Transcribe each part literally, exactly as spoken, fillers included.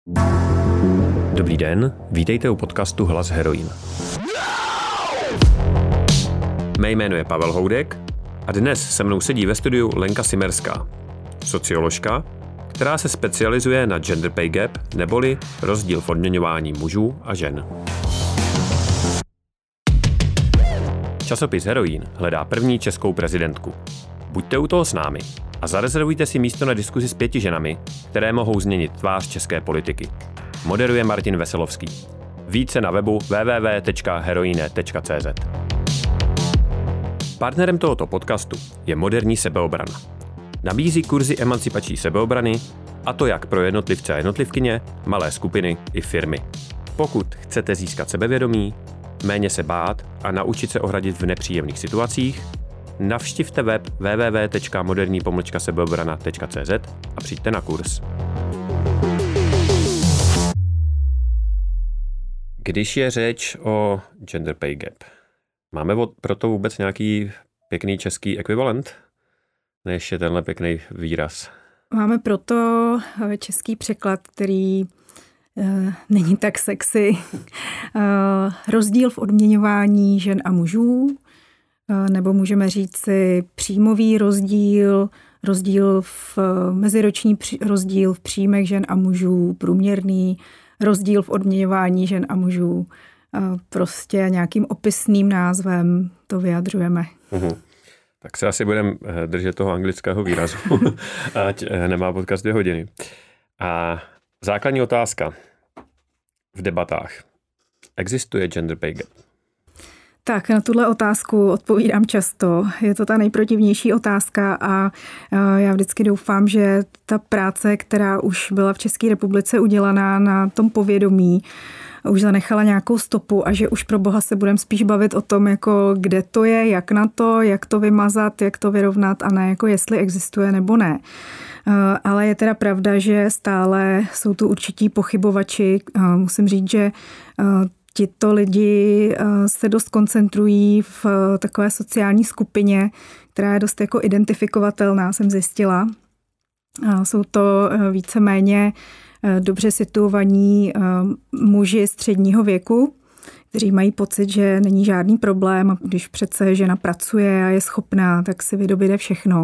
Dobrý den, vítejte u podcastu Hlas heroin. Mé jméno je Pavel Houdek a dnes se mnou sedí ve studiu Lenka Simerská, socioložka, která se specializuje na gender pay gap, neboli rozdíl v odměňování mužů a žen. Časopis Heroin hledá první českou prezidentku. Buďte u toho s námi a zarezervujte si místo na diskuzi s pěti ženami, které mohou změnit tvář české politiky. Moderuje Martin Veselovský. Více na webu w w w tečka heroine tečka c z. Partnerem tohoto podcastu je Moderní sebeobrana. Nabízí kurzy emancipační sebeobrany, a to jak pro jednotlivce a jednotlivkyně, malé skupiny i firmy. Pokud chcete získat sebevědomí, méně se bát a naučit se ohradit v nepříjemných situacích, navštivte web w w w tečka moderní pomlčka sebeobrana tečka c z a přijďte na kurz. Když je řeč o gender pay gap, máme proto vůbec nějaký pěkný český ekvivalent? Než je tenhle pěkný výraz. Máme proto český překlad, který uh, není tak sexy. Uh, rozdíl v odměňování žen a mužů, uh, nebo můžeme říct si příjmový rozdíl, rozdíl v uh, meziroční při, rozdíl v příjmech žen a mužů, průměrný rozdíl v odměňování žen a mužů. Uh, prostě nějakým opisným názvem to vyjadřujeme. Uhum. Tak se asi budeme držet toho anglického výrazu, ať nemá podcast dvě hodiny. A základní otázka v debatách. Existuje gender pay gap? Tak na tuhle otázku odpovídám často. Je to ta nejprotivnější otázka a já vždycky doufám, že ta práce, která už byla v České republice udělaná na tom povědomí, už zanechala nějakou stopu a že už pro boha se budeme spíš bavit o tom, jako kde to je, jak na to, jak to vymazat, jak to vyrovnat a ne jako jestli existuje nebo ne. Ale je teda pravda, že stále jsou tu určití pochybovači. Musím říct, že tito lidi se dost koncentrují v takové sociální skupině, která je dost jako identifikovatelná, jsem zjistila. Jsou to víceméně dobře situovaní muži středního věku, kteří mají pocit, že není žádný problém, když přece žena pracuje a je schopná, tak si vydobíde všechno.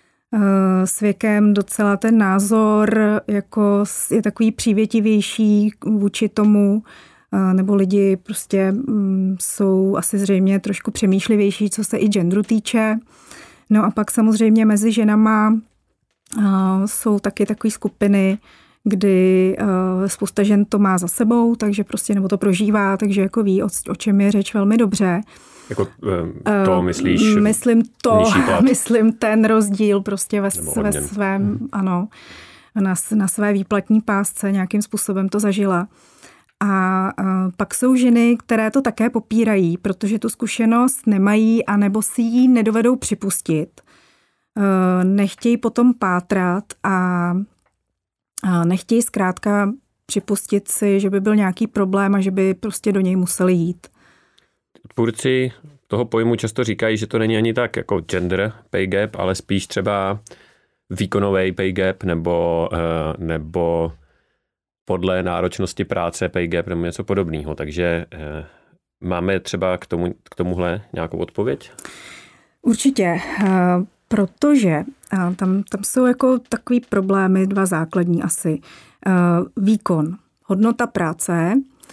S věkem docela ten názor jako je takový přívětivější vůči tomu, nebo lidi prostě jsou asi zřejmě trošku přemýšlivější, co se i genderu týče. No a pak samozřejmě mezi ženama jsou taky takové skupiny, kdy uh, spousta žen to má za sebou, takže prostě nebo to prožívá, takže jako ví, o, o čem je řeč velmi dobře. Jako to myslíš? Uh, myslím to, myslím ten rozdíl prostě ve, ve svém, hmm. ano, na, na své výplatní pásce nějakým způsobem to zažila. A uh, pak jsou ženy, které to také popírají, protože tu zkušenost nemají a nebo si ji nedovedou připustit. Uh, nechtějí potom pátrat a A nechtějí zkrátka připustit si, že by byl nějaký problém a že by prostě do něj museli jít. Tvůrci toho pojmu často říkají, že to není ani tak jako gender pay gap, ale spíš třeba výkonový pay gap nebo, nebo podle náročnosti práce pay gap nebo něco podobného. Takže máme třeba k, tomu, k tomuhle nějakou odpověď? Určitě. Protože tam, tam jsou jako takový problémy, dva základní asi. Výkon, hodnota práce,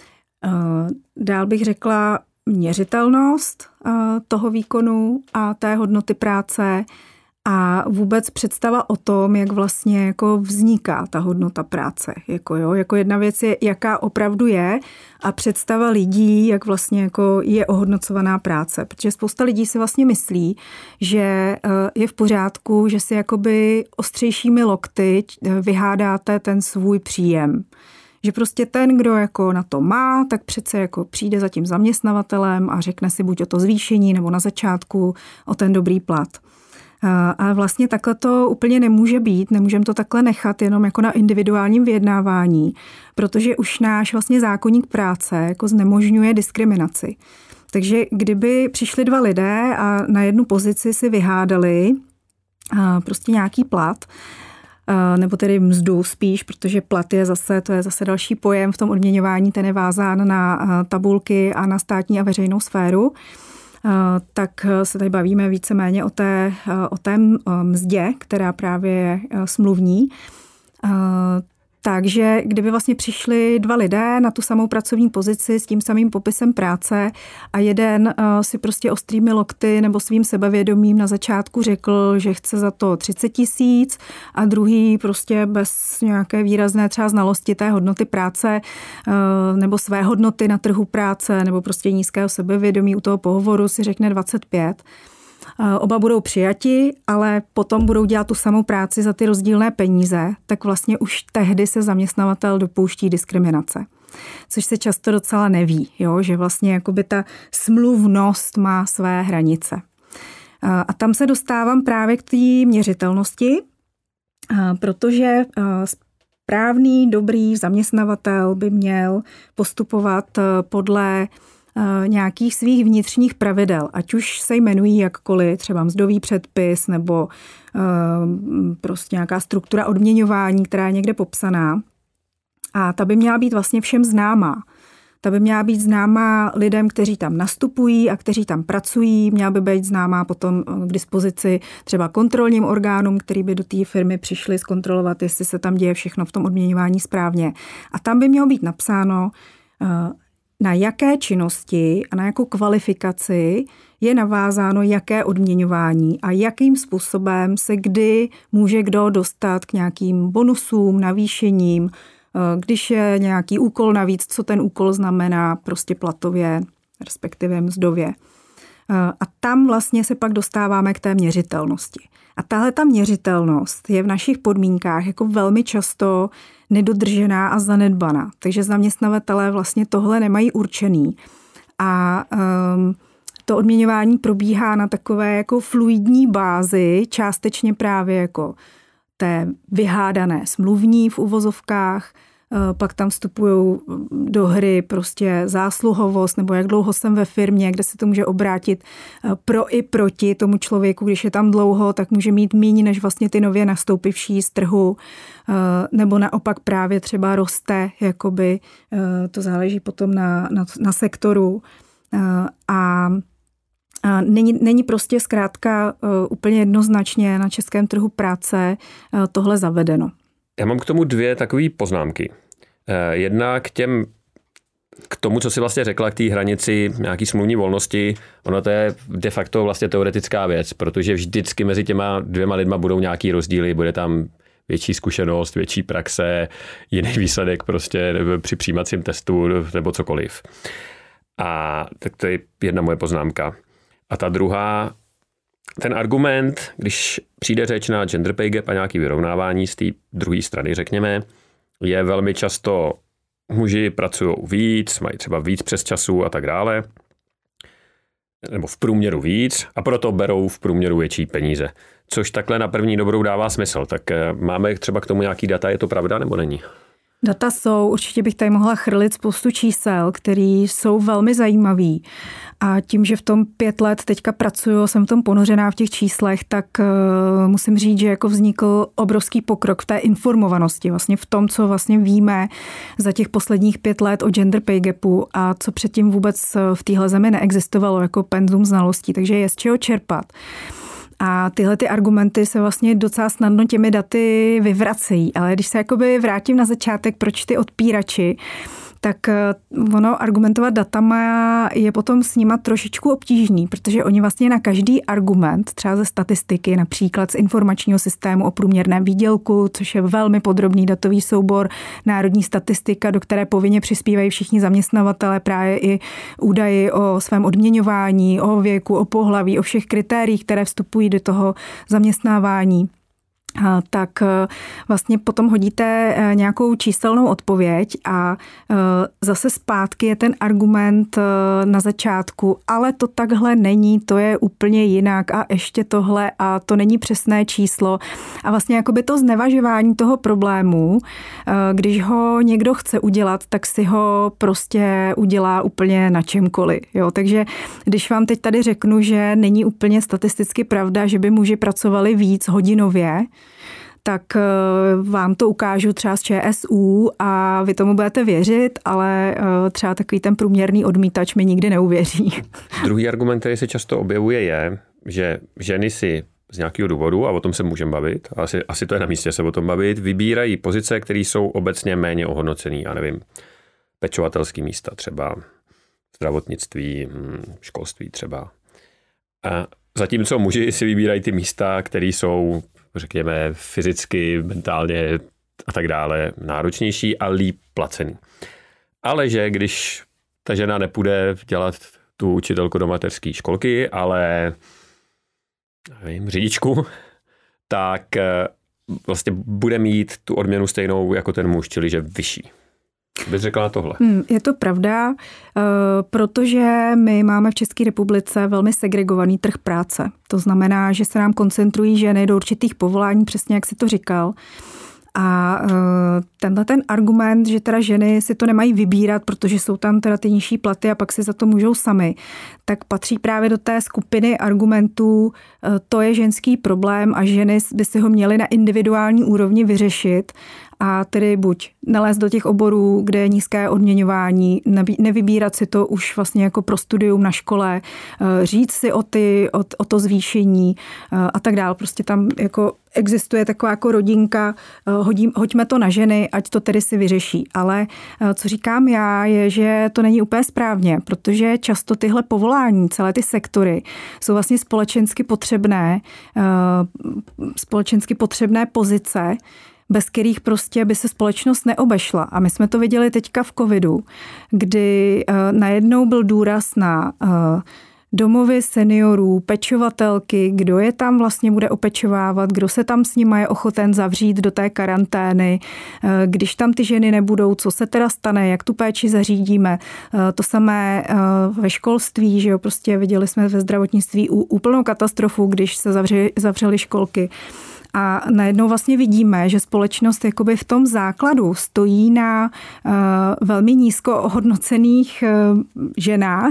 dál bych řekla měřitelnost toho výkonu a té hodnoty práce a vůbec představa o tom, jak vlastně jako vzniká ta hodnota práce. Jako, jo, jako jedna věc je, jaká opravdu je a představa lidí, jak vlastně jako je ohodnocovaná práce. Protože spousta lidí si vlastně myslí, že je v pořádku, že si jakoby ostřejšími lokty vyhádáte ten svůj příjem. Že prostě ten, kdo jako na to má, tak přece jako přijde za tím zaměstnavatelem a řekne si buď o to zvýšení nebo na začátku o ten dobrý plat. Ale vlastně takhle to úplně nemůže být, nemůžeme to takhle nechat jenom jako na individuálním vyjednávání, protože už náš vlastně zákoník práce jako znemožňuje diskriminaci. Takže kdyby přišli dva lidé a na jednu pozici si vyhádali prostě nějaký plat nebo tedy mzdu spíš, protože plat je zase, to je zase další pojem v tom odměňování, ten je vázán na tabulky a na státní a veřejnou sféru, tak se tady bavíme víceméně o té, o té mzdě, která právě je smluvní. Takže kdyby vlastně přišli dva lidé na tu samou pracovní pozici s tím samým popisem práce a jeden si prostě ostrými lokty nebo svým sebevědomím na začátku řekl, že chce za to třicet tisíc a druhý prostě bez nějaké výrazné třeba znalosti té hodnoty práce nebo své hodnoty na trhu práce nebo prostě nízkého sebevědomí u toho pohovoru si řekne dvacet pět. Oba budou přijati, ale potom budou dělat tu samou práci za ty rozdílné peníze, tak vlastně už tehdy se zaměstnavatel dopouští diskriminace. Což se často docela neví, jo? Že vlastně jakoby ta smluvnost má své hranice. A tam se dostávám právě k té měřitelnosti, protože správný, dobrý zaměstnavatel by měl postupovat podle nějakých svých vnitřních pravidel, ať už se jmenují jakkoliv, třeba mzdový předpis nebo prostě nějaká struktura odměňování, která je někde popsaná. A ta by měla být vlastně všem známá. Ta by měla být známá lidem, kteří tam nastupují a kteří tam pracují. Měla by být známá potom k dispozici třeba kontrolním orgánům, který by do té firmy přišli zkontrolovat, jestli se tam děje všechno v tom odměňování správně. A tam by mělo být napsáno, na jaké činnosti a na jakou kvalifikaci je navázáno jaké odměňování a jakým způsobem se kdy může kdo dostat k nějakým bonusům, navýšením, když je nějaký úkol navíc, co ten úkol znamená prostě platově, respektive mzdově. A tam vlastně se pak dostáváme k té měřitelnosti. A tahle ta měřitelnost je v našich podmínkách jako velmi často nedodržená a zanedbaná. Takže zaměstnavatelé vlastně tohle nemají určený. A um, to odměňování probíhá na takové jako fluidní bázi, částečně právě jako té vyhádané smluvní v uvozovkách, pak tam vstupují do hry prostě zásluhovost nebo jak dlouho jsem ve firmě, kde se to může obrátit pro i proti tomu člověku, když je tam dlouho, tak může mít míň než vlastně ty nově nastoupivší z trhu, nebo naopak právě třeba roste, jakoby to záleží potom na, na, na sektoru a Není, není prostě zkrátka úplně jednoznačně na českém trhu práce tohle zavedeno. Já mám k tomu dvě takové poznámky. Jedna k těm, k tomu, co si vlastně řekla, k té hranici nějaký smluvní volnosti, ono to je de facto vlastně teoretická věc, protože vždycky mezi těma dvěma lidma budou nějaký rozdíly, bude tam větší zkušenost, větší praxe, jiný výsledek prostě při přijímacím testu nebo cokoliv. A tak to je jedna moje poznámka. A ta druhá, ten argument, když přijde řeč na gender pay gap a nějaké vyrovnávání z té druhé strany, řekněme, je velmi často muži pracují víc, mají třeba víc přes času a tak dále, nebo v průměru víc a proto berou v průměru větší peníze. Což takhle na první dobrou dává smysl. Tak máme třeba k tomu nějaký data, je to pravda nebo není? Data jsou, určitě bych tady mohla chrlit spoustu čísel, které jsou velmi zajímavý. A tím, že v tom pět let teďka pracuju, jsem v tom ponořená v těch číslech, tak uh, musím říct, že jako vznikl obrovský pokrok v té informovanosti, vlastně v tom, co vlastně víme za těch posledních pět let o gender pay gapu a co předtím vůbec v téhle zemi neexistovalo jako penzum znalostí, takže je z čeho čerpat. A tyhle ty argumenty se vlastně docela snadno těmi daty vyvracejí. Ale když se jakoby vrátím na začátek, proč ty odpírači, tak ono argumentovat datama je potom s nima trošičku obtížný, protože oni vlastně na každý argument, třeba ze statistiky, například z informačního systému o průměrném výdělku, což je velmi podrobný datový soubor, národní statistika, do které povinně přispívají všichni zaměstnavatelé právě i údaji o svém odměňování, o věku, o pohlaví, o všech kritériích, které vstupují do toho zaměstnávání. Tak vlastně potom hodíte nějakou číselnou odpověď a zase zpátky je ten argument na začátku, ale to takhle není, to je úplně jinak a ještě tohle a to není přesné číslo. A vlastně jakoby to znevažování toho problému, když ho někdo chce udělat, tak si ho prostě udělá úplně na čemkoliv. Jo? Takže když vám teď tady řeknu, že není úplně statisticky pravda, že by muži pracovali víc hodinově, tak vám to ukážu třeba z ČSÚ a vy tomu budete věřit, ale třeba takový ten průměrný odmítač mi nikdy neuvěří. Druhý argument, který se často objevuje, je, že ženy si z nějakého důvodu, a o tom se můžeme bavit, asi, asi to je na místě se o tom bavit, vybírají pozice, které jsou obecně méně ohodnocené, já nevím, pečovatelský místa třeba, zdravotnictví, školství třeba. A zatímco muži si vybírají ty místa, které jsou, řekněme, fyzicky, mentálně a tak dále náročnější a líp placený. Ale že když ta žena nepůjde dělat tu učitelku do mateřské školky, ale nevím, řidičku, tak vlastně bude mít tu odměnu stejnou jako ten muž, čili že vyšší. Bys řekla na tohle? Je to pravda, protože my máme v České republice velmi segregovaný trh práce. To znamená, že se nám koncentrují ženy do určitých povolání, přesně jak jsi to říkal. A tenhle ten argument, že teda ženy si to nemají vybírat, protože jsou tam teda ty nižší platy a pak si za to můžou sami, tak patří právě do té skupiny argumentů, to je ženský problém a ženy by si ho měly na individuální úrovni vyřešit a tedy buď nalézt do těch oborů, kde je nízké odměňování, nevybírat si to už vlastně jako pro studium na škole, říct si o, ty, o, o to zvýšení a tak dál. Prostě tam jako existuje taková jako rodinka, hodím, hoďme to na ženy, ať to tedy si vyřeší. Ale co říkám já, je, že to není úplně správně, protože často tyhle povolání, celé ty sektory jsou vlastně společensky potřebné, společensky potřebné pozice, bez kterých prostě by se společnost neobešla. A my jsme to viděli teďka v covidu, kdy najednou byl důraz na domovy seniorů, pečovatelky, kdo je tam vlastně bude opečovávat, kdo se tam s nima je ochoten zavřít do té karantény, když tam ty ženy nebudou, co se teda stane, jak tu péči zařídíme. To samé ve školství, že jo, prostě viděli jsme ve zdravotnictví úplnou katastrofu, když se zavřeli, zavřely školky. A najednou vlastně vidíme, že společnost jakoby v tom základu stojí na uh, velmi nízko ohodnocených uh, ženách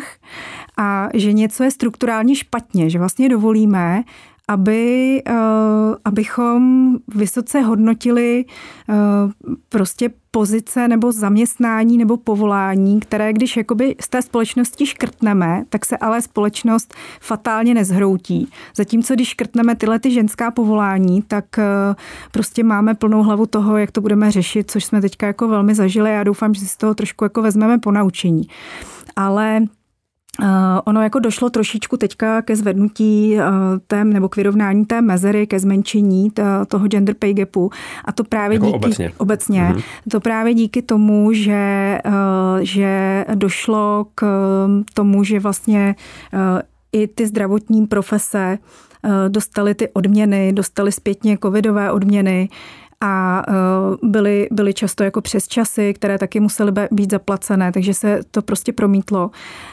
a že něco je strukturálně špatně, že vlastně dovolíme, aby, uh, abychom vysoce hodnotili uh, prostě pozice nebo zaměstnání nebo povolání, které když jakoby z té společnosti škrtneme, tak se ale společnost fatálně nezhroutí. Zatímco když škrtneme tyhle ty ženská povolání, tak uh, prostě máme plnou hlavu toho, jak to budeme řešit, což jsme teďka jako velmi zažili a já doufám, že si z toho trošku jako vezmeme ponaučení. Ale Uh, ono jako došlo trošičku teďka ke zvednutí uh, té, nebo k vyrovnání té mezery, ke zmenšení ta, toho gender pay gapu a to právě jako díky obecně, obecně mm-hmm. to právě díky tomu, že, uh, že došlo k tomu, že vlastně uh, i ty zdravotní profese uh, dostaly ty odměny, dostaly zpětně covidové odměny a byly, byly často jako přes časy, které taky musely být zaplacené, takže se to prostě promítlo.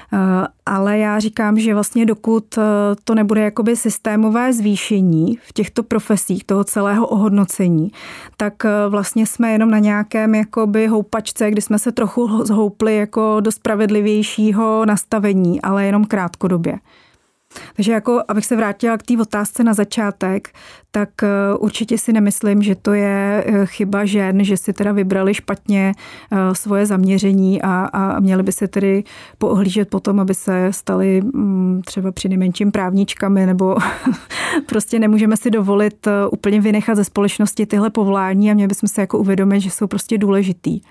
Ale já říkám, že vlastně dokud to nebude jakoby systémové zvýšení v těchto profesích, toho celého ohodnocení, tak vlastně jsme jenom na nějakém jakoby houpačce, kdy jsme se trochu zhoupli jako do spravedlivějšího nastavení, ale jenom krátkodobě. Takže jako, abych se vrátila k té otázce na začátek, tak určitě si nemyslím, že to je chyba žen, že si teda vybrali špatně svoje zaměření a, a měli by se tedy poohlížet potom, aby se stali třeba přinejmenším právničkami, nebo prostě nemůžeme si dovolit úplně vynechat ze společnosti tyhle povolání a měli bychom se jako uvědomit, že jsou prostě důležitý.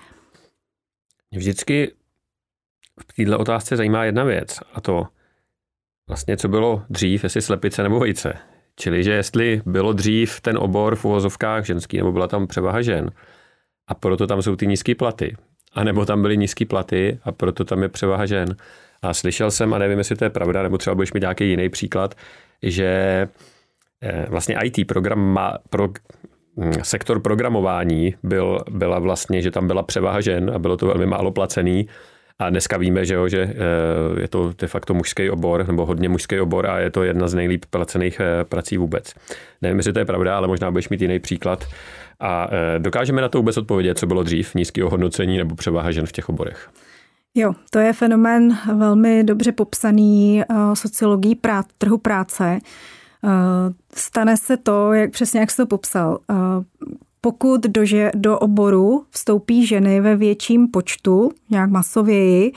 Vždycky v této otázce zajímá jedna věc a to vlastně, co bylo dřív, jestli slepice nebo vejce. Čili, že jestli bylo dřív ten obor v uvozovkách ženský, nebo byla tam převaha žen a proto tam jsou ty nízké platy. A nebo tam byly nízké platy a proto tam je převaha žen. A slyšel jsem, a nevím, jestli to je pravda, nebo třeba budeš mít nějaký jiný příklad, že vlastně í té program má, pro, sektor programování byl, byla vlastně, že tam byla převaha žen a bylo to velmi málo placený. A dneska víme, že, jo, že je to de facto mužský obor, nebo hodně mužský obor a je to jedna z nejlíp placených prací vůbec. Nevím, jestli to je pravda, ale možná budeš mít jiný příklad. A dokážeme na to vůbec odpovědět, co bylo dřív, nízké ohodnocení nebo převaha žen v těch oborech? Jo, to je fenomén velmi dobře popsaný sociologií prá- trhu práce. Stane se to, jak přesně jak jsi to popsal. Pokud do, že, do oboru vstoupí ženy ve větším počtu, nějak masověji,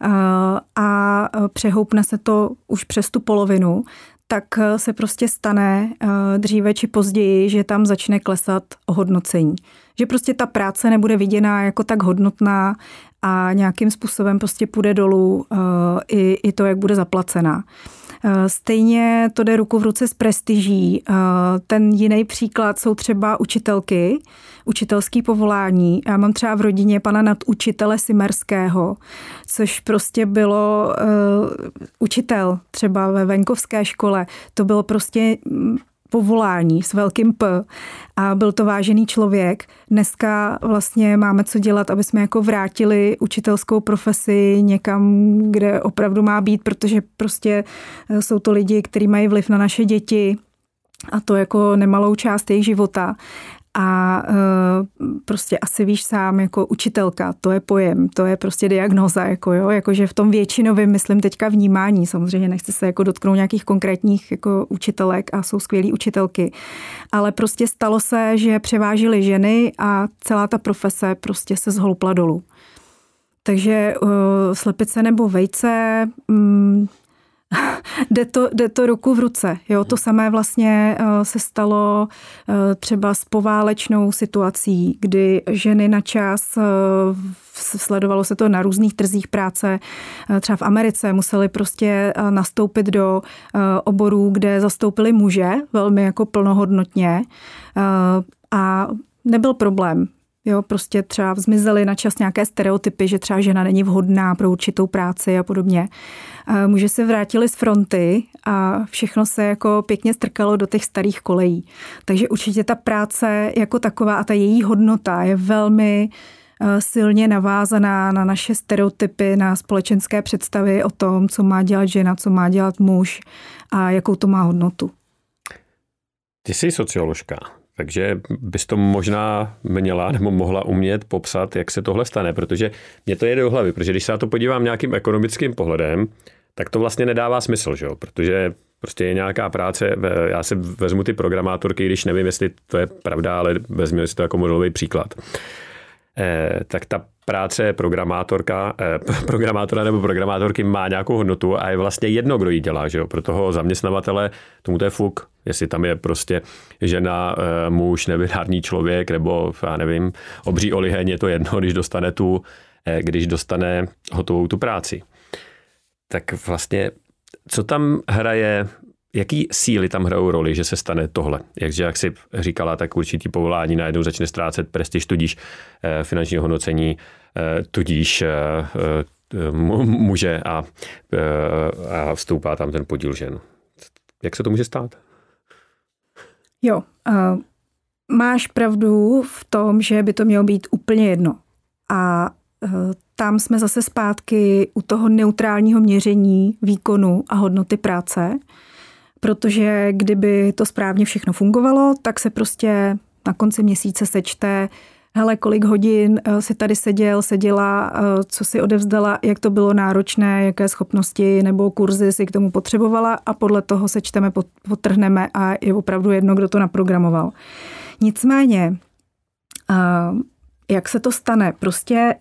a přehoupne se to už přes tu polovinu, tak se prostě stane dříve či později, že tam začne klesat ohodnocení. Že prostě ta práce nebude viděná jako tak hodnotná a nějakým způsobem prostě půjde dolů i, i to, jak bude zaplacená. Stejně to jde ruku v ruce s prestiží. Ten jiný příklad jsou třeba učitelky, učitelský povolání. Já mám třeba v rodině pana nadučitele Simerského, což prostě bylo uh, učitel třeba ve venkovské škole. To bylo prostě povolání s velkým P a byl to vážený člověk. Dneska vlastně máme co dělat, aby jsme jako vrátili učitelskou profesi někam, kde opravdu má být, protože prostě jsou to lidi, kteří mají vliv na naše děti a to jako nemalou část jejich života. A e, prostě asi víš sám, jako učitelka, to je pojem, to je prostě diagnóza, jako jo, jakože v tom většinovém, myslím teďka vnímání, samozřejmě nechci se jako dotknout nějakých konkrétních jako učitelek a jsou skvělý učitelky, ale prostě stalo se, že převážily ženy a celá ta profese prostě se zhoupla dolů. Takže e, slepice nebo vejce, mm, Jde to, jde to ruku v ruce. Jo? To samé vlastně se stalo třeba s poválečnou situací, kdy ženy na čas, sledovalo se to na různých trzích práce, třeba v Americe museli prostě nastoupit do oborů, kde zastoupili muže velmi jako plnohodnotně a nebyl problém. Jo, prostě třeba zmizely na čas nějaké stereotypy, že třeba žena není vhodná pro určitou práci a podobně. Muži se vrátili z fronty a všechno se jako pěkně strkalo do těch starých kolejí. Takže určitě ta práce jako taková a ta její hodnota je velmi silně navázaná na naše stereotypy, na společenské představy o tom, co má dělat žena, co má dělat muž a jakou to má hodnotu. Ty jsi socioložka. Takže bys to možná měla nebo mohla umět popsat, jak se tohle stane, protože mě to jede do hlavy, protože když se na to podívám nějakým ekonomickým pohledem, tak to vlastně nedává smysl, že jo? Protože prostě je nějaká práce, já se vezmu ty programátorky, když nevím, jestli to je pravda, ale vezmu si to jako modelový příklad. Eh, tak ta práce programátorka, eh, programátora nebo programátorky má nějakou hodnotu a je vlastně jedno, kdo ji dělá, že jo? Pro toho zaměstnavatele tomu to je fuk, jestli tam je prostě žena, eh, muž, nebinární člověk, nebo já nevím, obří oliheň, je to jedno, když dostane tu, eh, když dostane hotovou tu práci. Tak vlastně, co tam hraje, jaký síly tam hrajou roli, že se stane tohle? Jakže, jak jsi říkala, tak určitý povolání najednou začne ztrácet prestiž, tudíž eh, finanční hodnocení, eh, tudíž eh, eh, muže a, eh, a vstoupá tam ten podíl žen. Jak se to může stát? Jo, uh, máš pravdu v tom, že by to mělo být úplně jedno. A uh, tam jsme zase zpátky u toho neutrálního měření výkonu a hodnoty práce, protože kdyby to správně všechno fungovalo, tak se prostě na konci měsíce sečte, hele, kolik hodin si tady seděl, seděla, co si odevzdala, jak to bylo náročné, jaké schopnosti nebo kurzy si k tomu potřebovala a podle toho sečteme, podtrhneme a je opravdu jedno, kdo to naprogramoval. Nicméně, jak se to stane? Prostě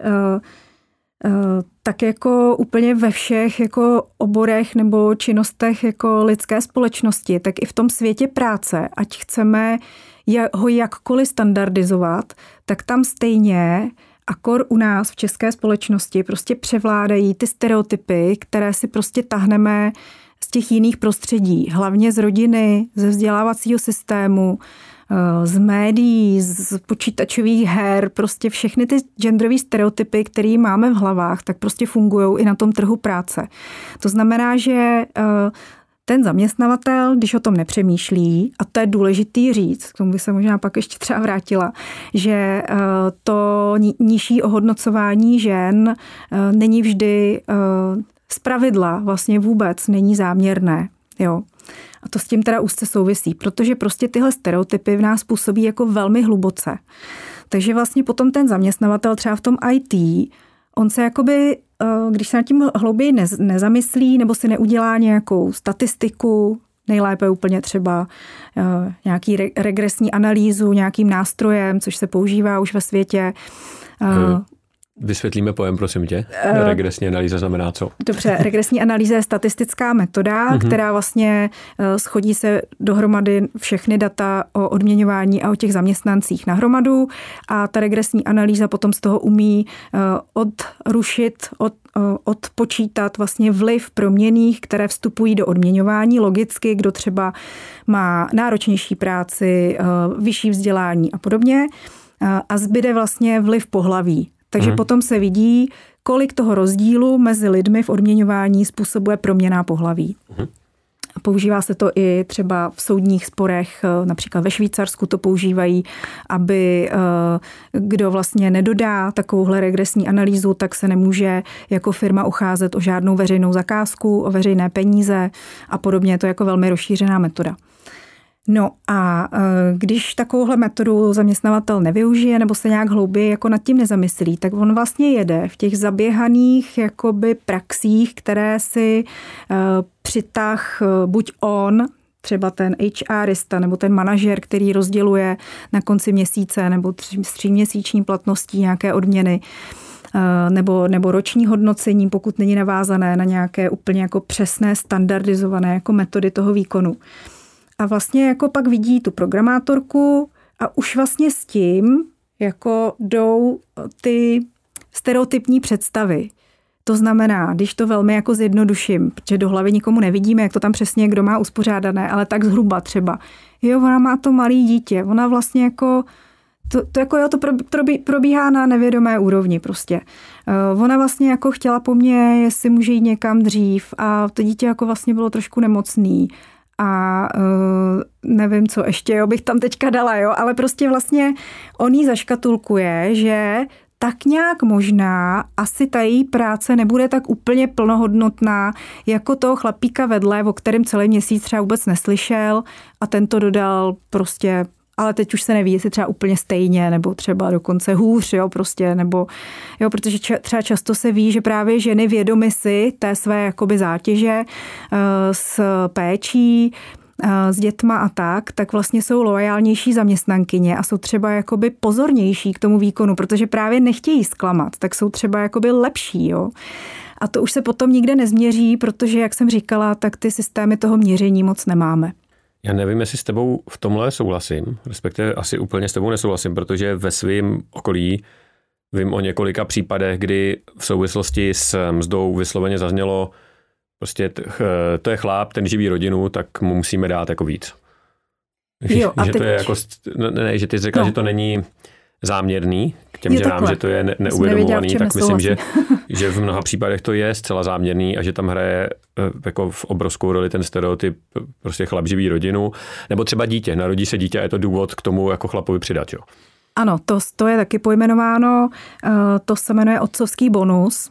tak jako úplně ve všech jako oborech nebo činnostech jako lidské společnosti, tak i v tom světě práce, ať chceme ho jakkoliv standardizovat, tak tam stejně, akor u nás v české společnosti prostě převládají ty stereotypy, které si prostě tahneme z těch jiných prostředí, hlavně z rodiny, ze vzdělávacího systému, z médií, z počítačových her, prostě všechny ty genderové stereotypy, které máme v hlavách, tak prostě fungují i na tom trhu práce. To znamená, že ten zaměstnavatel, když o tom nepřemýšlí, a to je důležitý říct, k tomu by se možná pak ještě třeba vrátila, že to nižší ohodnocování žen není vždy zpravidla, vlastně vůbec není záměrné. Jo. A to s tím teda úzce souvisí, protože prostě tyhle stereotypy v nás působí jako velmi hluboce. Takže vlastně potom ten zaměstnavatel třeba v tom í té, on se jakoby, když se nad tím hlouběji nezamyslí nebo si neudělá nějakou statistiku, Nejlépe úplně třeba uh, nějaký re- regresní analýzu nějakým nástrojem, což se používá už ve světě. Uh, Vysvětlíme pojem, prosím tě. Uh, regresní analýza znamená co? Dobře, regresní analýza je statistická metoda, uh-huh. která vlastně uh, schodí se dohromady všechny data o odměňování a o těch zaměstnancích na hromadu a ta regresní analýza potom z toho umí uh, odrušit, od, uh, odpočítat vlastně vliv proměnných, které vstupují do odměňování logicky, kdo třeba má náročnější práci, uh, vyšší vzdělání a podobně. Uh, a zbyde vlastně vliv pohlaví. Takže hmm. potom se vidí, kolik toho rozdílu mezi lidmi v odměňování způsobuje proměnná pohlaví. Hmm. Používá se to i třeba v soudních sporech, například ve Švýcarsku to používají, aby kdo vlastně nedodá takovouhle regresní analýzu, tak se nemůže jako firma ucházet o žádnou veřejnou zakázku, o veřejné peníze a podobně. Je to jako velmi rozšířená metoda. No a když takovouhle metodu zaměstnavatel nevyužije nebo se nějak hlouběji jako nad tím nezamyslí, tak on vlastně jede v těch zaběhaných jakoby praxích, které si přitah buď on, třeba ten HRista nebo ten manažer, který rozděluje na konci měsíce nebo tři, s tříměsíční platností nějaké odměny, nebo, nebo roční hodnocení, pokud není navázané na nějaké úplně jako přesné, standardizované jako metody toho výkonu. A vlastně jako pak vidí tu programátorku a už vlastně s tím jako jdou ty stereotypní představy. To znamená, když to velmi jako zjednoduším, protože do hlavy nikomu nevidíme, jak to tam přesně kdo má uspořádané, ale tak zhruba třeba. Jo, ona má to malý dítě, ona vlastně jako, to, to jako jo, to probíhá na nevědomé úrovni prostě. Ona vlastně jako chtěla po mně, jestli může jít někam dřív a to dítě jako vlastně bylo trošku nemocný. A uh, nevím, co ještě jo, bych tam teďka dala, jo, ale prostě vlastně on jí zaškatulkuje, že tak nějak možná asi ta její práce nebude tak úplně plnohodnotná jako toho chlapíka vedle, o kterém celý měsíc třeba vůbec neslyšel a ten to dodal prostě, ale teď už se neví, jestli třeba úplně stejně, nebo třeba dokonce hůř, jo, prostě, nebo, jo, protože č- třeba často se ví, že právě ženy vědomy si té své jakoby zátěže uh, s péčí, uh, s dětma a tak, tak vlastně jsou loajálnější zaměstnankyně a jsou třeba jakoby pozornější k tomu výkonu, protože právě nechtějí zklamat, tak jsou třeba jakoby lepší, jo. A to už se potom nikde nezměří, protože, jak jsem říkala, tak ty systémy toho měření moc nemáme. Já nevím, jestli s tebou v tomhle souhlasím, respektive asi úplně s tebou nesouhlasím, protože ve svém okolí vím o několika případech, kdy v souvislosti s mzdou vysloveně zaznělo, prostě to je chlap, ten živí rodinu, tak mu musíme dát jako víc. Jo, a že teď... to je jako, ne, že ty jsi řekla, no. že to není záměrný k těm ženám, že to je ne, neuvědomovaný, tak myslím, že, že v mnoha případech to je zcela záměrný a že tam hraje jako v obrovskou roli ten stereotyp prostě chlap živí rodinu, nebo třeba dítě, narodí se dítě a je to důvod k tomu jako chlapovi přidat, jo. Ano, to, to je taky pojmenováno, to se jmenuje otcovský bonus,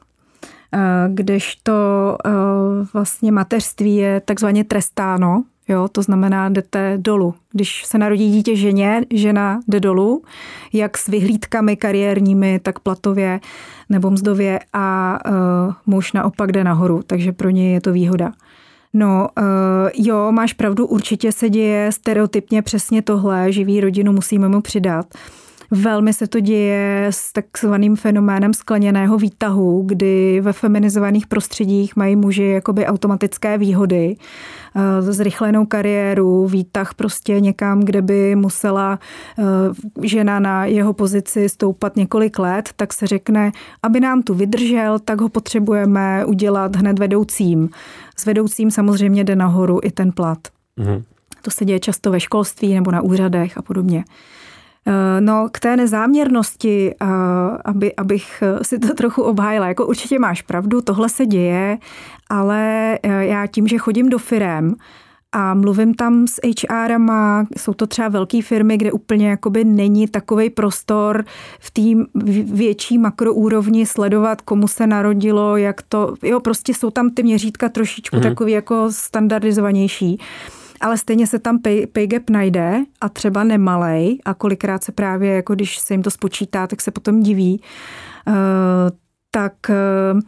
kdežto vlastně mateřství je takzvaně trestáno. Jo, to znamená, jdete dolů. Když se narodí dítě ženě, žena jde dolů, jak s vyhlídkami kariérními, tak platově nebo mzdově a uh, muž naopak jde nahoru, takže pro něj je to výhoda. No uh, jo, máš pravdu, určitě se děje stereotypně přesně tohle, živý rodinu musíme mu přidat. Velmi se to děje s takzvaným fenoménem skleněného výtahu, kdy ve feminizovaných prostředích mají muži jakoby automatické výhody, zrychlenou kariéru, výtah prostě někam, kde by musela žena na jeho pozici stoupat několik let, tak se řekne, aby nám tu vydržel, tak ho potřebujeme udělat hned vedoucím. S vedoucím samozřejmě jde nahoru i ten plat. Mhm. To se děje často ve školství nebo na úřadech a podobně. No, k té nezáměrnosti, aby, abych si to trochu obhájila, jako určitě máš pravdu, tohle se děje, ale já tím, že chodím do firem a mluvím tam s há erama, jsou to třeba velké firmy, kde úplně jakoby není takovej prostor v té větší makroúrovni sledovat, komu se narodilo, jak to, jo, prostě jsou tam ty měřítka trošičku mm-hmm. takový jako standardizovanější. Ale stejně se tam pay, pay gap najde a třeba nemalej a kolikrát se právě, jako když se jim to spočítá, tak se potom diví, uh, tak uh,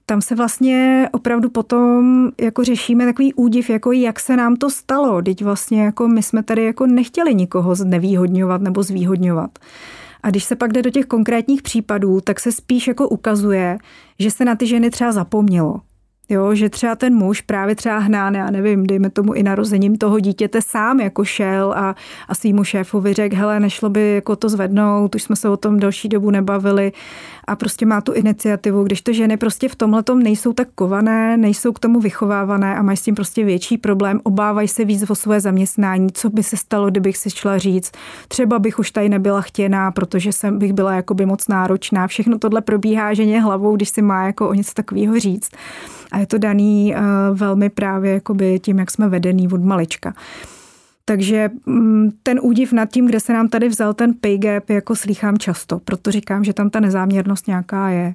tam se vlastně opravdu potom jako řešíme takový údiv, jako jak se nám to stalo. Teď vlastně jako my jsme tady jako nechtěli nikoho znevýhodňovat nebo zvýhodňovat. A když se pak jde do těch konkrétních případů, tak se spíš jako ukazuje, že se na ty ženy třeba zapomnělo. Jo, že třeba ten muž právě třeba hnán, já nevím, dejme tomu i narozením toho dítěte sám jako šel a, a svýmu šéfovi řekl, hele, nešlo by jako to zvednout, už jsme se o tom delší dobu nebavili a prostě má tu iniciativu, když to ženy prostě v tomhletom nejsou tak kované, nejsou k tomu vychovávané a mají s tím prostě větší problém, obávají se víc o své zaměstnání, co by se stalo, kdybych si šla říct, třeba bych už tady nebyla chtěná, protože jsem bych byla jakoby moc náročná, všechno tohle probíhá ženě hlavou, když si má jako o něco takového říct. A je to daný uh, velmi právě jakoby tím, jak jsme vedený od malička. Takže um, ten údiv nad tím, kde se nám tady vzal ten pay gap, jako slýchám často. Proto říkám, že tam ta nezáměrnost nějaká je.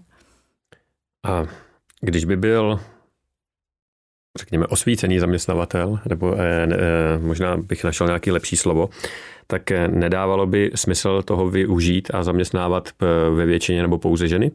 A když by byl, řekněme, osvícený zaměstnavatel, nebo eh, eh, možná bych našel nějaké lepší slovo, tak eh, nedávalo by smysl toho využít a zaměstnávat ve většině nebo pouze ženy?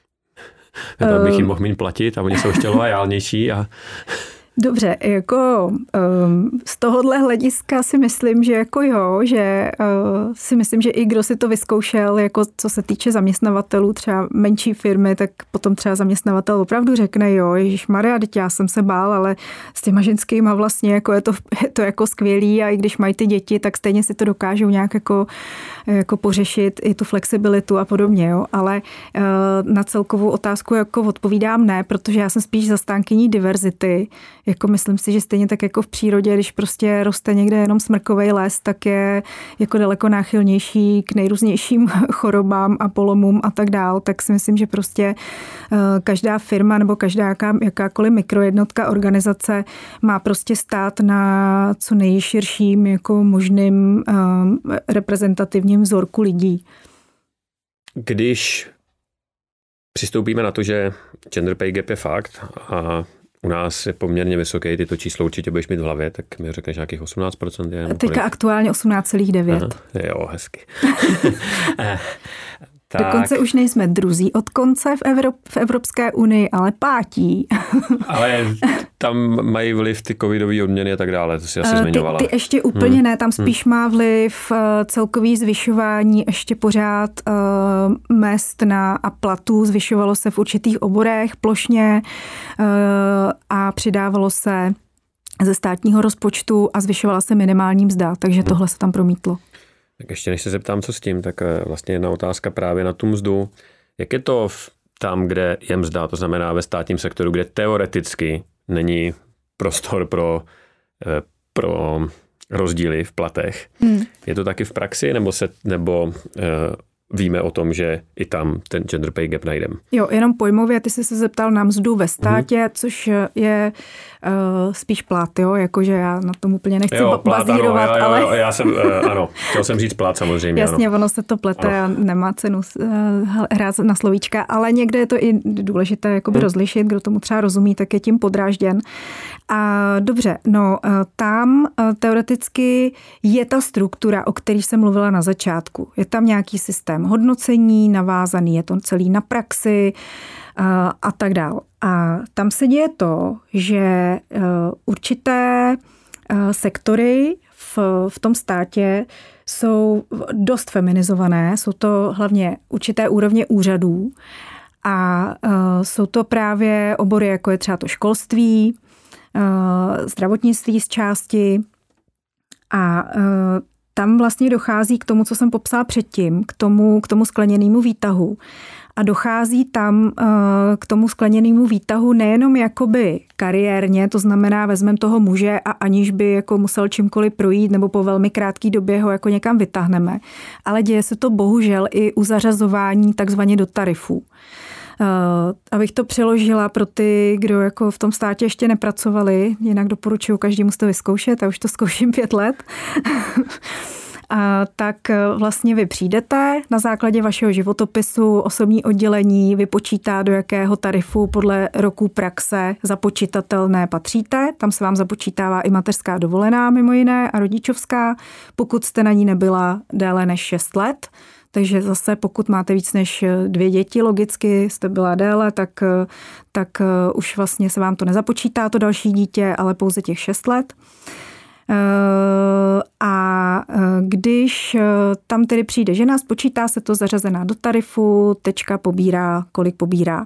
Tam bych jim mohl míň platit a oni jsou ještě loajálnější. A... Dobře, jako um, z tohohle hlediska si myslím, že jako jo, že uh, si myslím, že i kdo si to vyzkoušel, jako co se týče zaměstnavatelů, třeba menší firmy, tak potom třeba zaměstnavatel opravdu řekne, jo, ježišmarja, teď já jsem se bál, ale s těma ženskýma vlastně jako je to, je to jako skvělý a i když mají ty děti, tak stejně si to dokážou nějak jako, jako pořešit i tu flexibilitu a podobně, jo, ale uh, na celkovou otázku jako odpovídám ne, protože já jsem spíš zastánkyní diverzity. Jako myslím si, že stejně tak jako v přírodě, když prostě roste někde jenom smrkovej les, tak je jako daleko náchylnější k nejrůznějším chorobám a polomům a tak dál. Tak si myslím, že prostě každá firma nebo každá jaká, jakákoliv mikrojednotka organizace má prostě stát na co nejširším jako možným um, reprezentativním vzorku lidí. Když přistoupíme na to, že gender pay gap je fakt a u nás je poměrně vysoké, ty to číslo určitě budeš mít v hlavě, tak mi řekneš nějakých osmnáct procent. Je, Teďka kolik? Aktuálně osmnáct celá devět. Aha, jo, hezky. Tak. Dokonce už nejsme druzí od konce v, Evrop, v Evropské unii, ale pátí. Ale tam mají vliv ty covidové odměny a tak dále, to si asi zmiňovala. Ty, ty ještě úplně hmm. ne, tam spíš hmm. má vliv celkový zvyšování ještě pořád uh, mezd na a platů, zvyšovalo se v určitých oborech plošně uh, a přidávalo se ze státního rozpočtu a zvyšovala se minimální mzda, takže hmm. tohle se tam promítlo. Tak ještě než se zeptám, co s tím, tak vlastně jedna otázka právě na tu mzdu. Jak je to v, tam, kde je mzda, to znamená ve státním sektoru, kde teoreticky není prostor pro, pro rozdíly v platech? Hmm. Je to taky v praxi, nebo, se, nebo víme o tom, že i tam ten gender pay gap najdeme? Jo, jenom pojmově, ty jsi se zeptal na mzdu ve státě, hmm. což je uh, spíš plat, jo, jakože já na tom úplně nechci jo, plat, bazírovat, ano, jo, ale... Jo, já jsem, uh, ano, chtěl jsem říct plat samozřejmě, Jasně, ano. ono se to plete ano. a nemá cenu uh, hrát na slovíčka, ale někde je to i důležité jakoby hmm. rozlišit, kdo tomu třeba rozumí, tak je tím podrážděn. A dobře, no uh, tam uh, teoreticky je ta struktura, o který jsem mluvila na začátku. Je tam nějaký systém hodnocení, navázaný je to celý na praxi a, a tak dál. A tam se děje to, že určité sektory v, v tom státě jsou dost feminizované, jsou to hlavně určité úrovně úřadů a jsou to právě obory, jako je třeba to školství, zdravotnictví z části a tam vlastně dochází k tomu, co jsem popsala předtím, k tomu, k tomu skleněnému výtahu. A dochází tam k tomu skleněnému výtahu nejenom jakoby kariérně, to znamená vezmeme toho muže a aniž by jako musel čímkoliv projít nebo po velmi krátké době ho jako někam vytáhneme, ale děje se to bohužel i u zařazování takzvaně do tarifů. Uh, abych to přeložila pro ty, kdo jako v tom státě ještě nepracovali, jinak doporučuji každému to vyzkoušet, a už to zkouším pět let. A tak vlastně vy přijdete na základě vašeho životopisu, osobní oddělení vypočítá, do jakého tarifu podle roků praxe započítatelné patříte. Tam se vám započítává i mateřská dovolená mimo jiné a rodičovská, pokud jste na ní nebyla déle než šest let. Takže zase pokud máte víc než dvě děti, logicky jste byla déle, tak, tak už vlastně se vám to nezapočítá, to další dítě, ale pouze těch šest let. A když tam tedy přijde žena, spočítá se to zařazená do tarifu, tečka pobírá, kolik pobírá.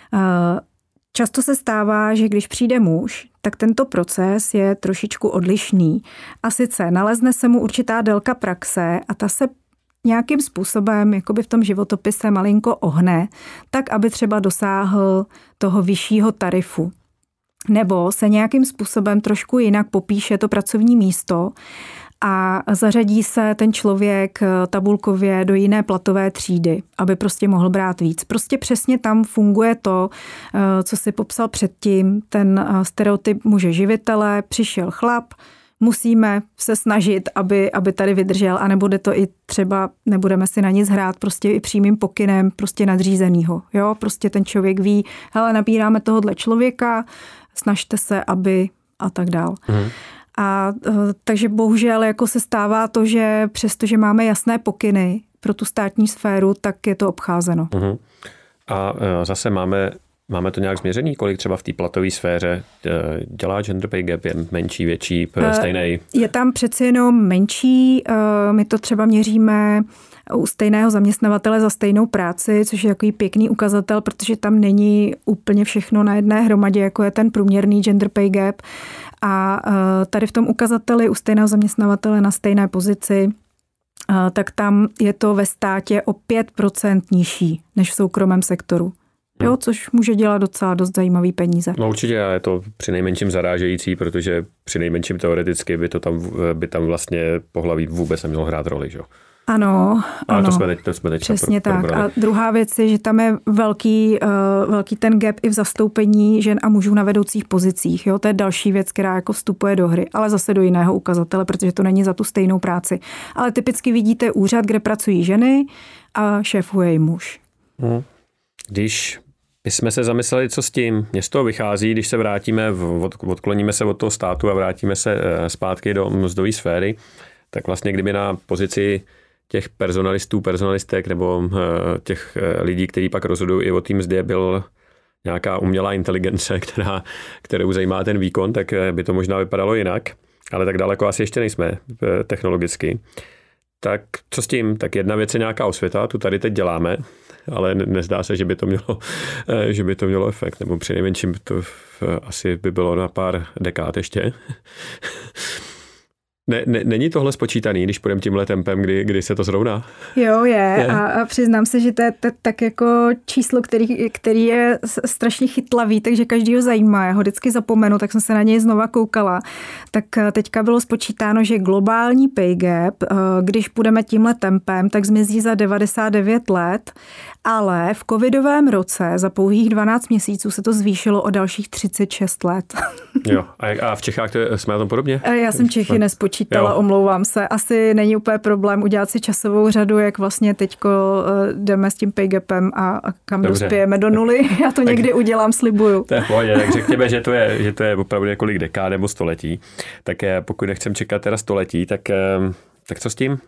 Často se stává, že když přijde muž, tak tento proces je trošičku odlišný. A sice nalezne se mu určitá délka praxe a ta se nějakým způsobem jakoby v tom životopise malinko ohne, tak aby třeba dosáhl toho vyššího tarifu. Nebo se nějakým způsobem trošku jinak popíše to pracovní místo a zařadí se ten člověk tabulkově do jiné platové třídy, aby prostě mohl brát víc. Prostě přesně tam funguje to, co si popsal předtím, ten stereotyp muže živitele, přišel chlap, musíme se snažit, aby, aby tady vydržel, anebo jde to i třeba, nebudeme si na nic hrát, prostě i přímým pokynem prostě nadřízenýho. Jo? Prostě ten člověk ví, hele, nabíráme tohodle člověka, snažte se, aby a tak dál. Mhm. A takže bohužel jako se stává to, že přestože máme jasné pokyny pro tu státní sféru, tak je to obcházeno. Uh-huh. A zase máme, máme to nějak změřený, kolik třeba v té platové sféře dělá gender pay gap, je menší, větší, stejný? Je tam přeci jenom menší, my to třeba měříme u stejného zaměstnavatele za stejnou práci, což je takový pěkný ukazatel, protože tam není úplně všechno na jedné hromadě, jako je ten průměrný gender pay gap. A tady v tom ukazateli u stejného zaměstnavatele na stejné pozici, tak tam je to ve státě o pět procent nižší než v soukromém sektoru. Jo, což může dělat docela dost zajímavý peníze. No určitě, je to přinejmenším zarážející, protože přinejmenším teoreticky by to tam, by tam vlastně pohlaví vůbec nemělo hrát roli, že? Ano, a ano. To jsme teď, to jsme teď přesně pro, tak. A druhá věc je, že tam je velký, uh, velký ten gap i v zastoupení žen a mužů na vedoucích pozicích. Jo? To je další věc, která jako vstupuje do hry, ale zase do jiného ukazatele, protože to není za tu stejnou práci. Ale typicky vidíte úřad, kde pracují ženy a šéfuje jim muž. Hmm. Když bychom se zamysleli, co s tím. Mně z toho vychází, když se vrátíme, od, odkloníme se od toho státu a vrátíme se zpátky do mzdové sféry, tak vlastně kdyby na pozici těch personalistů, personalistek nebo těch lidí, kteří pak rozhodují i o té mzdě, byl nějaká umělá inteligence, která, kterou zajímá ten výkon, tak by to možná vypadalo jinak, ale tak daleko asi ještě nejsme technologicky. Tak co s tím? Tak jedna věc je nějaká osvěta, tu tady teď děláme, ale nezdá se, že by to mělo, že by to mělo efekt, nebo přinejmenším to asi by bylo na pár dekád ještě. Ne, ne, není tohle spočítaný, když půjdeme tímhle tempem, kdy, kdy se to zrovná? Jo, je. je. A, a přiznám se, že to je t- tak jako číslo, který, který je strašně chytlavý, takže každý ho zajímá. Já ho vždycky zapomenu, tak jsem se na něj znova koukala. Tak teďka bylo spočítáno, že globální pay gap, když půjdeme tímhle tempem, tak zmizí za devadesát devět let, ale v covidovém roce za pouhých dvanáct měsíců se to zvýšilo o dalších třicet šest let. Jo, a v Čechách to, jsme na tom podobně? Já jsem Čechy nespočítala, jo. Omlouvám se. Asi není úplně problém udělat si časovou řadu, jak vlastně teďko jdeme s tím pay gapem a, a kam Dobře. dospějeme do nuly. Já to někdy tak, udělám, slibuju. To je v pohodě, tak řekněme, že to je, že to je opravdu několik dekád nebo století. Tak pokud nechcem čekat teda století, tak, tak co s tím?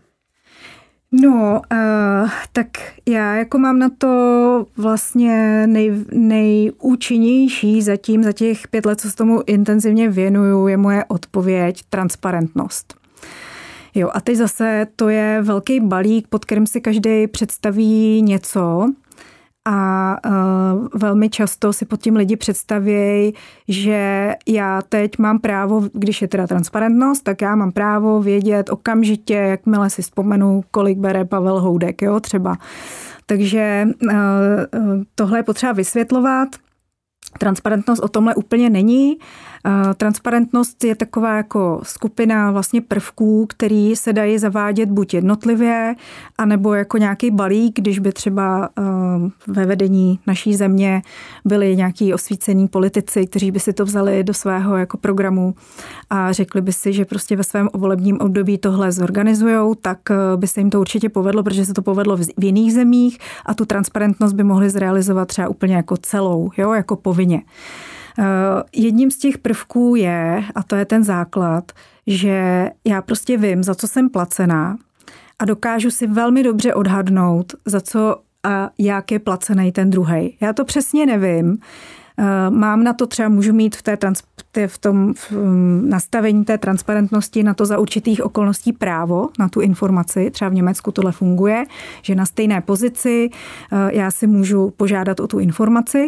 No, uh, tak já jako mám na to vlastně nej, nejúčinnější zatím, za těch pět let, co se tomu intenzivně věnuju, je moje odpověď transparentnost. Jo, a teď zase to je velký balík, pod kterým si každý představí něco a uh, velmi často si pod tím lidi představějí, že já teď mám právo, když je teda transparentnost, tak já mám právo vědět okamžitě, jakmile si vzpomenu, kolik bere Pavel Houdek, jo, třeba. Takže uh, tohle je potřeba vysvětlovat. Transparentnost o tomhle úplně není. Transparentnost je taková jako skupina vlastně prvků, který se dají zavádět buď jednotlivě, anebo jako nějaký balík, když by třeba ve vedení naší země byli nějaký osvícení politici, kteří by si to vzali do svého jako programu a řekli by si, že prostě ve svém volebním období tohle zorganizujou, tak by se jim to určitě povedlo, protože se to povedlo v jiných zemích a tu transparentnost by mohli zrealizovat třeba úplně jako celou, jo, jako povinně. Jedním z těch prvků je, a to je ten základ, že já prostě vím, za co jsem placená a dokážu si velmi dobře odhadnout, za co a jak je placený ten druhej. Já to přesně nevím. Mám na to třeba, můžu mít v, té, v tom v nastavení té transparentnosti na to za určitých okolností právo, na tu informaci. Třeba v Německu tohle funguje, že na stejné pozici já si můžu požádat o tu informaci.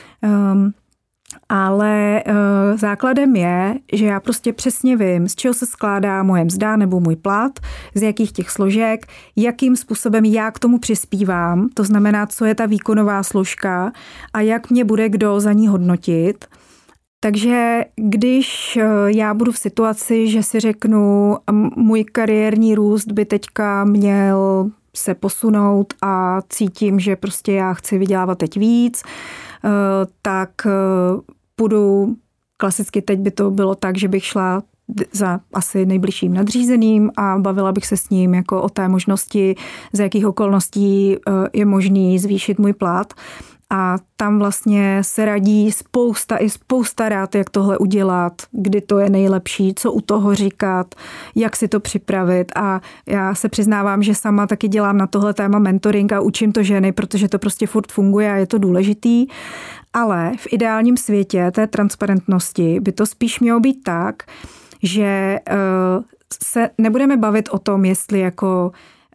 Ale e, základem je, že já prostě přesně vím, z čeho se skládá moje mzda nebo můj plat, z jakých těch složek, jakým způsobem já k tomu přispívám, to znamená, co je ta výkonová složka a jak mě bude kdo za ní hodnotit. Takže když já budu v situaci, že si řeknu, můj kariérní růst by teďka měl se posunout a cítím, že prostě já chci vydělávat teď víc, tak půjdu, klasicky teď by to bylo tak, že bych šla za asi nejbližším nadřízeným a bavila bych se s ním jako o té možnosti, za jakých okolností je možný zvýšit můj plat. A tam vlastně se radí spousta i spousta rád, jak tohle udělat, kdy to je nejlepší, co u toho říkat, jak si to připravit. A já se přiznávám, že sama taky dělám na tohle téma mentoring a učím to ženy, protože to prostě furt funguje a je to důležitý. Ale v ideálním světě té transparentnosti by to spíš mělo být tak, že se nebudeme bavit o tom, jestli jako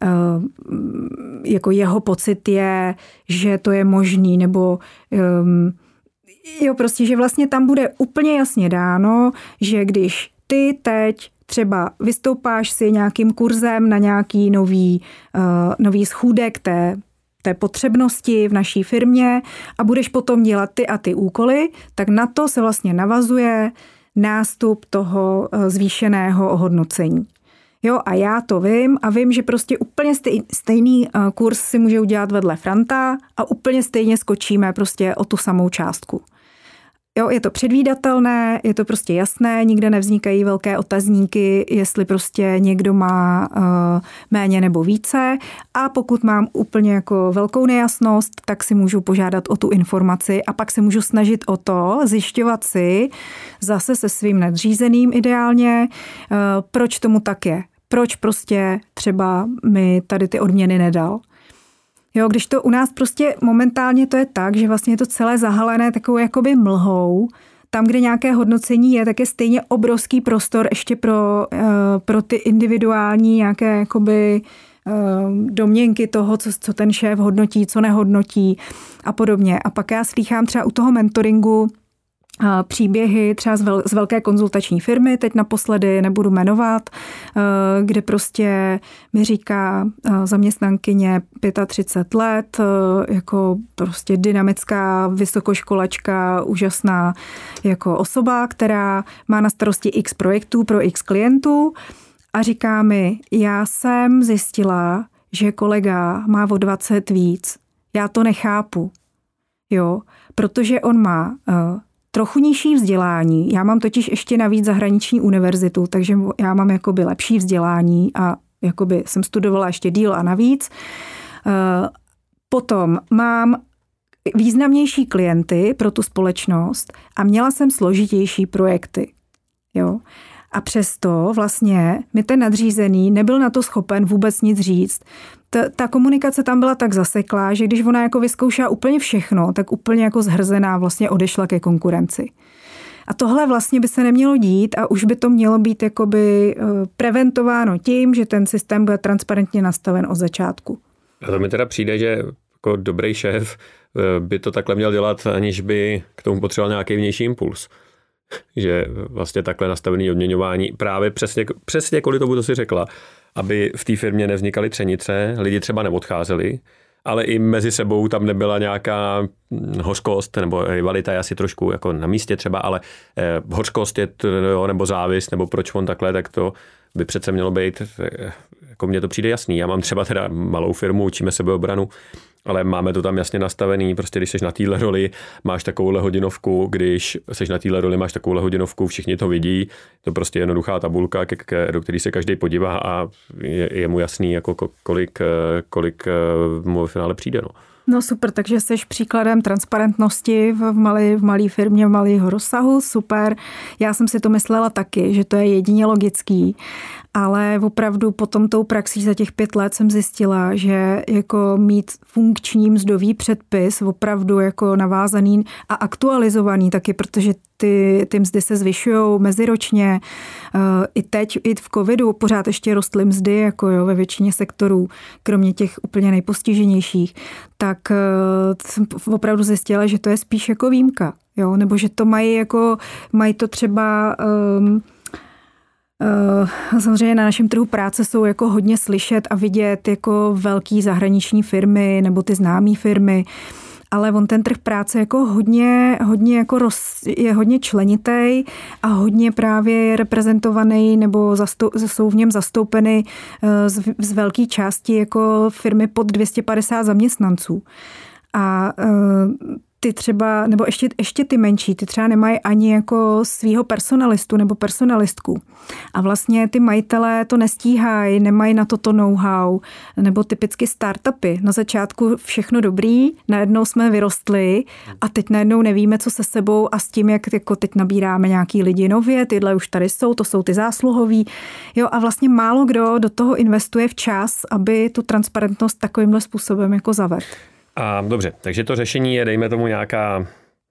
jako jeho pocit je, že to je možný, nebo um, jo, prostě, že vlastně tam bude úplně jasně dáno, že když ty teď třeba vystoupáš si nějakým kurzem na nějaký nový, uh, nový schůdek té, té potřebnosti v naší firmě a budeš potom dělat ty a ty úkoly, tak na to se vlastně navazuje nástup toho zvýšeného ohodnocení. Jo, a já to vím a vím, že prostě úplně stej, stejný kurz si může udělat vedle Franta a úplně stejně skočíme prostě o tu samou částku. Jo, je to předvídatelné, je to prostě jasné, nikde nevznikají velké otazníky, jestli prostě někdo má uh, méně nebo více a pokud mám úplně jako velkou nejasnost, tak si můžu požádat o tu informaci a pak se můžu snažit o to, zjišťovat si zase se svým nadřízeným ideálně, uh, proč tomu tak je. Proč prostě třeba mi tady ty odměny nedal. Jo, když to u nás prostě momentálně to je tak, že vlastně je to celé zahalené takovou jakoby mlhou. Tam, kde nějaké hodnocení je, tak je stejně obrovský prostor ještě pro, pro ty individuální nějaké jakoby domněnky toho, co, co ten šéf hodnotí, co nehodnotí a podobně. A pak já slýchám třeba u toho mentoringu příběhy třeba z, vel, z velké konzultační firmy, teď naposledy nebudu jmenovat, kde prostě mi říká zaměstnankyně třicet pět let, jako prostě dynamická vysokoškolačka, úžasná jako osoba, která má na starosti x projektů pro x klientů a říká mi, já jsem zjistila, že kolega má o dvacet víc. Já to nechápu, jo, protože on má trochu nižší vzdělání. Já mám totiž ještě navíc zahraniční univerzitu, takže já mám jakoby lepší vzdělání a jakoby jsem studovala ještě díl a navíc. Potom mám významnější klienty pro tu společnost a měla jsem složitější projekty. Jo. A přesto vlastně mi ten nadřízený nebyl na to schopen vůbec nic říct. Ta, ta komunikace tam byla tak zaseklá, že když ona jako vyzkoušela úplně všechno, tak úplně jako zhrzená vlastně odešla ke konkurenci. A tohle vlastně by se nemělo dít a už by to mělo být jakoby preventováno tím, že ten systém bude transparentně nastaven od začátku. A to mi teda přijde, že jako dobrý šéf by to takhle měl dělat, aniž by k tomu potřeboval nějaký vnější impuls. Že vlastně takhle nastavený odměňování právě přesně, přesně kvůli tomu, to si řekla, aby v té firmě nevznikaly třenice, lidi třeba neodcházeli, ale i mezi sebou tam nebyla nějaká hořkost nebo rivalita, je asi trošku jako na místě třeba, ale eh, hořkost je to, jo, nebo závist, nebo proč on takhle, tak to by přece mělo být, jako mně to přijde jasný. Já mám třeba teda malou firmu, učíme sebeobranu, ale máme to tam jasně nastavený, prostě když jsi na téhle roli, máš takovouhle hodinovku, když jsi na téhle roli, máš takovouhle hodinovku, všichni to vidí, to prostě jednoduchá tabulka, ke, ke, do které se každý podívá a je, je mu jasný, jako kolik, kolik mu ve finále přijde. No. No super, takže jsi příkladem transparentnosti v malé v malé firmě, v malého rozsahu, super. Já jsem si to myslela taky, že to je jedině logický. ale opravdu potom tou praxí za těch pět let jsem zjistila, že jako mít funkční mzdový předpis opravdu jako navázaný a aktualizovaný taky, protože ty, ty mzdy se zvyšují meziročně. I teď, i v covidu pořád ještě rostly mzdy, jako jo, ve většině sektorů, kromě těch úplně nejpostiženějších, tak jsem opravdu zjistila, že to je spíš jako výjimka, jo, nebo že to mají jako, mají to třeba um, Uh, samozřejmě na našem trhu práce jsou jako hodně slyšet a vidět jako velký zahraniční firmy nebo ty známé firmy, ale on ten trh práce jako hodně, hodně jako roz, je hodně členitý a hodně právě je reprezentovaný nebo zastou, jsou v něm zastoupeny z, z velké části jako firmy pod dvě stě padesát zaměstnanců. A uh, ty třeba, nebo ještě, ještě ty menší, ty třeba nemají ani jako svýho personalistu nebo personalistku. A vlastně ty majitelé to nestíhají, nemají na toto know-how, nebo typicky startupy. Na začátku všechno dobrý, najednou jsme vyrostli a teď najednou nevíme, co se sebou a s tím, jak jako teď nabíráme nějaký lidi nově, tyhle už tady jsou, to jsou ty zásluhoví. Jo, a vlastně málo kdo do toho investuje včas, aby tu transparentnost takovýmhle způsobem jako zavedl. A dobře, takže to řešení je, dejme tomu, nějaká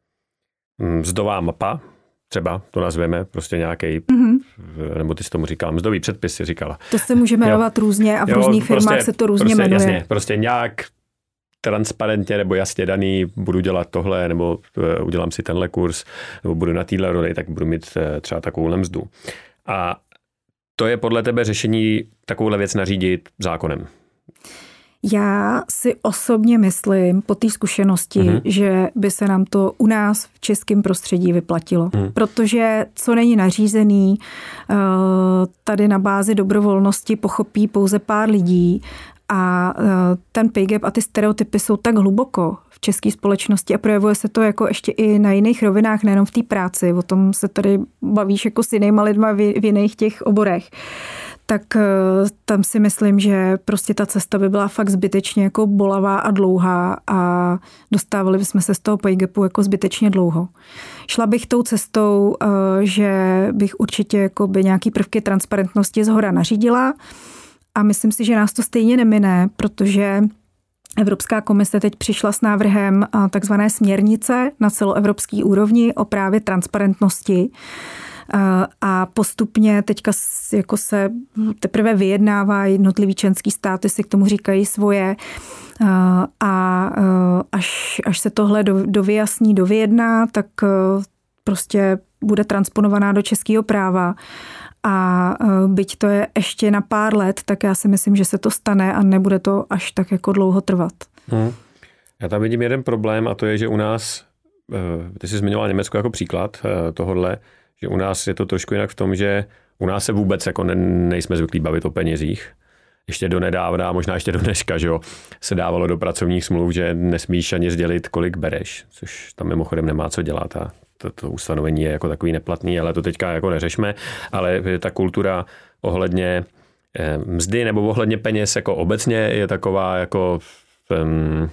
mzdová mapa, třeba to nazveme, prostě nějaký, mm-hmm. nebo ty jsi tomu říkala, mzdový předpis si říkala. To se může jmenovat jo. různě a v jo, různých firmách prostě, se to různě prostě, jmenuje. Jasně, prostě nějak transparentně nebo jasně daný, budu dělat tohle, nebo udělám si tenhle kurz, nebo budu na téhle roli, tak budu mít třeba takovouhle mzdu. A to je podle tebe řešení takovouhle věc nařídit zákonem. Já si osobně myslím po té zkušenosti, mm-hmm. že by se nám to u nás v českém prostředí vyplatilo. Mm. Protože co není nařízený, tady na bázi dobrovolnosti pochopí pouze pár lidí a ten pay gap a ty stereotypy jsou tak hluboko v české společnosti a projevuje se to jako ještě i na jiných rovinách, nejenom v té práci. O tom se tady bavíš jako s jinýma lidma v jiných těch oborech. Tak tam si myslím, že prostě ta cesta by byla fakt zbytečně jako bolavá a dlouhá a dostávali bychom se z toho pay gapu jako zbytečně dlouho. Šla bych tou cestou, že bych určitě jako by nějaký prvky transparentnosti zhora nařídila a myslím si, že nás to stejně nemine, protože Evropská komise teď přišla s návrhem takzvané směrnice na celoevropský úrovni o právě transparentnosti. A postupně teďka jako se teprve vyjednává, jednotlivý členský státy si k tomu říkají svoje a až, až se tohle dovyjasní, dovyjedná, tak prostě bude transponovaná do českého práva. A byť to je ještě na pár let, tak já si myslím, že se to stane a nebude to až tak jako dlouho trvat. Hmm. Já tam vidím jeden problém a to je, že u nás, ty jsi zmiňoval Německo jako příklad tohodle, že u nás je to trošku jinak v tom, že u nás se vůbec jako ne, nejsme zvyklí bavit o penězích. Ještě do nedávna, možná ještě do dneška, že jo, se dávalo do pracovních smluv, že nesmíš ani sdělit, kolik bereš, což tam mimochodem nemá co dělat a to, to ustanovení je jako takový neplatný, ale to teďka jako neřešme, ale ta kultura ohledně eh, mzdy nebo ohledně peněz jako obecně je taková jako um,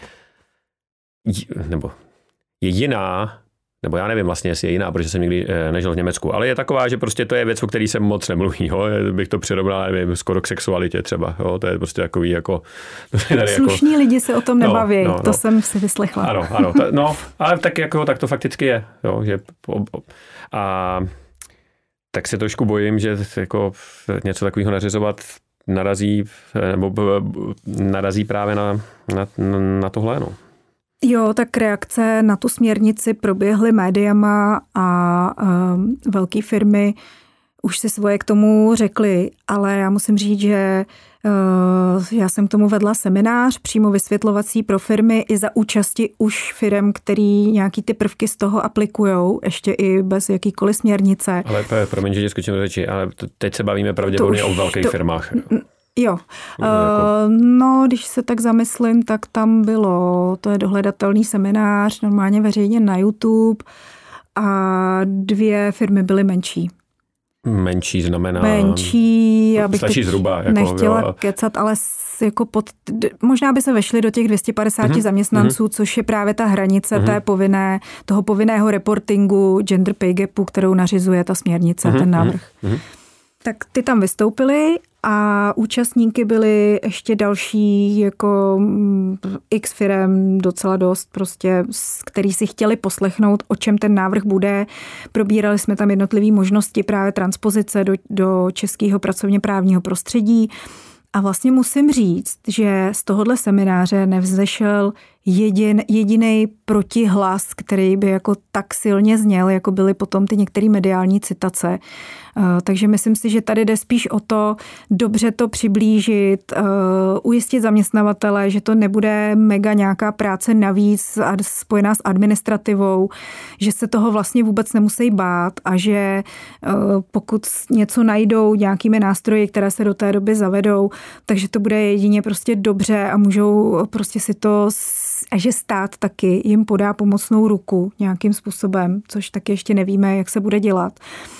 nebo je jiná, nebo já nevím vlastně, jestli je jiná, protože jsem nikdy nežil v Německu, ale je taková, že prostě to je věc, o který se moc nemluví. Jo? Bych to přirovnal, nevím, skoro k sexualitě třeba. Jo? To je prostě takový jako... Slušní jako, lidi se o tom nebaví, no, no, to no. jsem si vyslechla. Ano, ano, ta, no, ale tak, jako, tak to fakticky je. Jo? Že, a tak se trošku bojím, že jako něco takového nařizovat narazí, nebo narazí právě na, na, na tohle, no. Jo, tak reakce na tu směrnici proběhly médiama a um, velké firmy už si svoje k tomu řekly, ale já musím říct, že uh, já jsem k tomu vedla seminář přímo vysvětlovací pro firmy i za účasti už firem, který nějaký ty prvky z toho aplikujou, ještě i bez jakýkoliv směrnice. Ale promiň, že skočím do řeči, ale teď se bavíme pravděpodobně o velkých to, firmách. Jo, uh, no, když se tak zamyslím, tak tam bylo, to je dohledatelný seminář, normálně veřejně na YouTube a dvě firmy byly menší. Menší znamená... Menší, abych stačí zhruba. Jako, nechtěla jo. kecat, ale jako pod, možná by se vešly do těch dvě stě padesát uh-huh. zaměstnanců, uh-huh. což je právě ta hranice uh-huh. té povinné, toho povinného reportingu gender pay gapu, kterou nařizuje ta směrnice, uh-huh. ten návrh. Uh-huh. Tak ty tam vystoupily a účastníky byly ještě další jako x firem, docela dost prostě, který si chtěli poslechnout, o čem ten návrh bude. Probírali jsme tam jednotlivé možnosti právě transpozice do, do českého pracovně právního prostředí. A vlastně musím říct, že z tohohle semináře nevzešel jedin, jedinej protihlas, který by jako tak silně zněl, jako byly potom ty některé mediální citace. Takže myslím si, že tady jde spíš o to dobře to přiblížit, ujistit zaměstnavatele, že to nebude mega nějaká práce navíc spojená s administrativou, že se toho vlastně vůbec nemusí bát a že pokud něco najdou nějakými nástroji, které se do té doby zavedou, takže to bude jedině prostě dobře a můžou prostě si to, a že stát taky jim podá pomocnou ruku nějakým způsobem, což taky ještě nevíme, jak se bude dělat.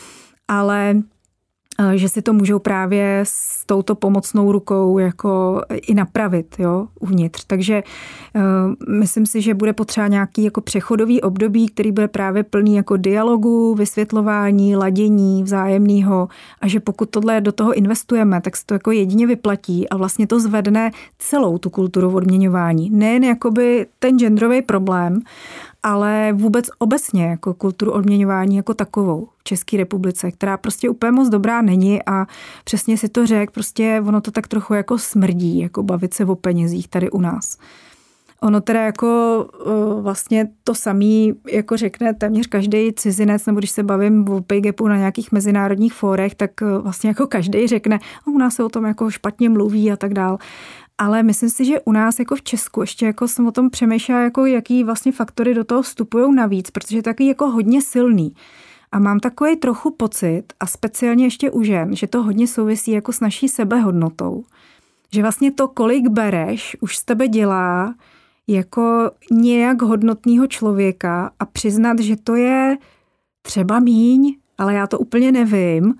Ale že si to můžou právě s touto pomocnou rukou jako i napravit, jo, uvnitř. Takže uh, myslím si, že bude potřeba nějaký jako přechodový období, který bude právě plný jako dialogu, vysvětlování, ladění vzájemného a že pokud tohle do toho investujeme, tak se to jako jedině vyplatí a vlastně to zvedne celou tu kulturu odměňování. Nejen jakoby ten genderový problém, ale vůbec obecně jako kulturu odměňování jako takovou v České republice, která prostě úplně moc dobrá není a přesně si to řek, prostě ono to tak trochu jako smrdí, jako bavit se o penězích tady u nás. Ono teda jako vlastně to samý, jako řekne téměř každý cizinec, nebo když se bavím o pay gapu na nějakých mezinárodních fórech, tak vlastně jako každý řekne, u nás se o tom jako špatně mluví a tak dál. Ale myslím si, že u nás jako v Česku ještě jako jsem o tom přemýšlela, jako jaký vlastně faktory do toho vstupují navíc, protože je takový jako hodně silný. A mám takový trochu pocit, a speciálně ještě u žen, že to hodně souvisí jako s naší sebehodnotou. Že vlastně to, kolik bereš, už z tebe dělá jako nějak hodnotného člověka a přiznat, že to je třeba míň, ale já to úplně nevím.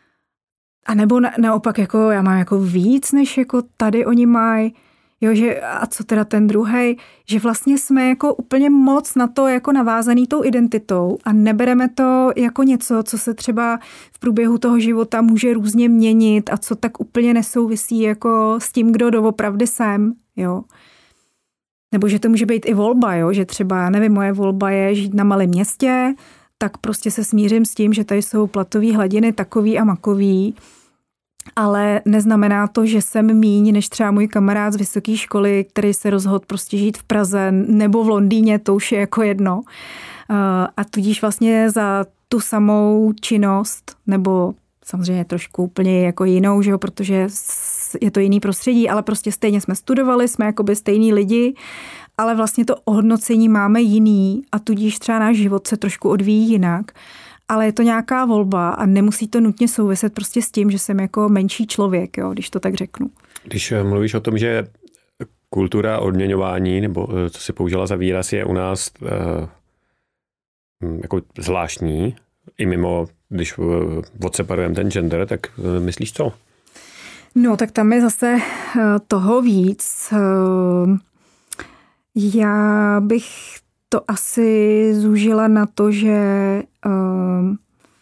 A nebo na, naopak jako já mám jako víc, než jako tady oni mají. Jo, že a co teda ten druhej, že vlastně jsme jako úplně moc na to jako navázaný tou identitou a nebereme to jako něco, co se třeba v průběhu toho života může různě měnit a co tak úplně nesouvisí jako s tím, kdo doopravdy jsem, jo. Nebo že to může být i volba, jo, že třeba, já nevím, moje volba je žít na malém městě, tak prostě se smířím s tím, že tady jsou platové hladiny takový a makový, ale neznamená to, že jsem míň než třeba můj kamarád z vysoké školy, který se rozhodl prostě žít v Praze nebo v Londýně, to už je jako jedno. A tudíž vlastně za tu samou činnost, nebo samozřejmě trošku úplně jako jinou, že jo, protože je to jiný prostředí, ale prostě stejně jsme studovali, jsme jakoby stejní lidi, ale vlastně to ohodnocení máme jiný a tudíž třeba náš život se trošku odvíjí jinak. Ale je to nějaká volba a nemusí to nutně souviset prostě s tím, že jsem jako menší člověk, jo, když to tak řeknu. Když mluvíš o tom, že kultura odměňování, nebo co si použila za výraz, je u nás eh, jako zvláštní, i mimo, když odseparujeme ten gender, tak myslíš co? No, tak tam je zase toho víc. Já bych to asi zúžila na to, že uh,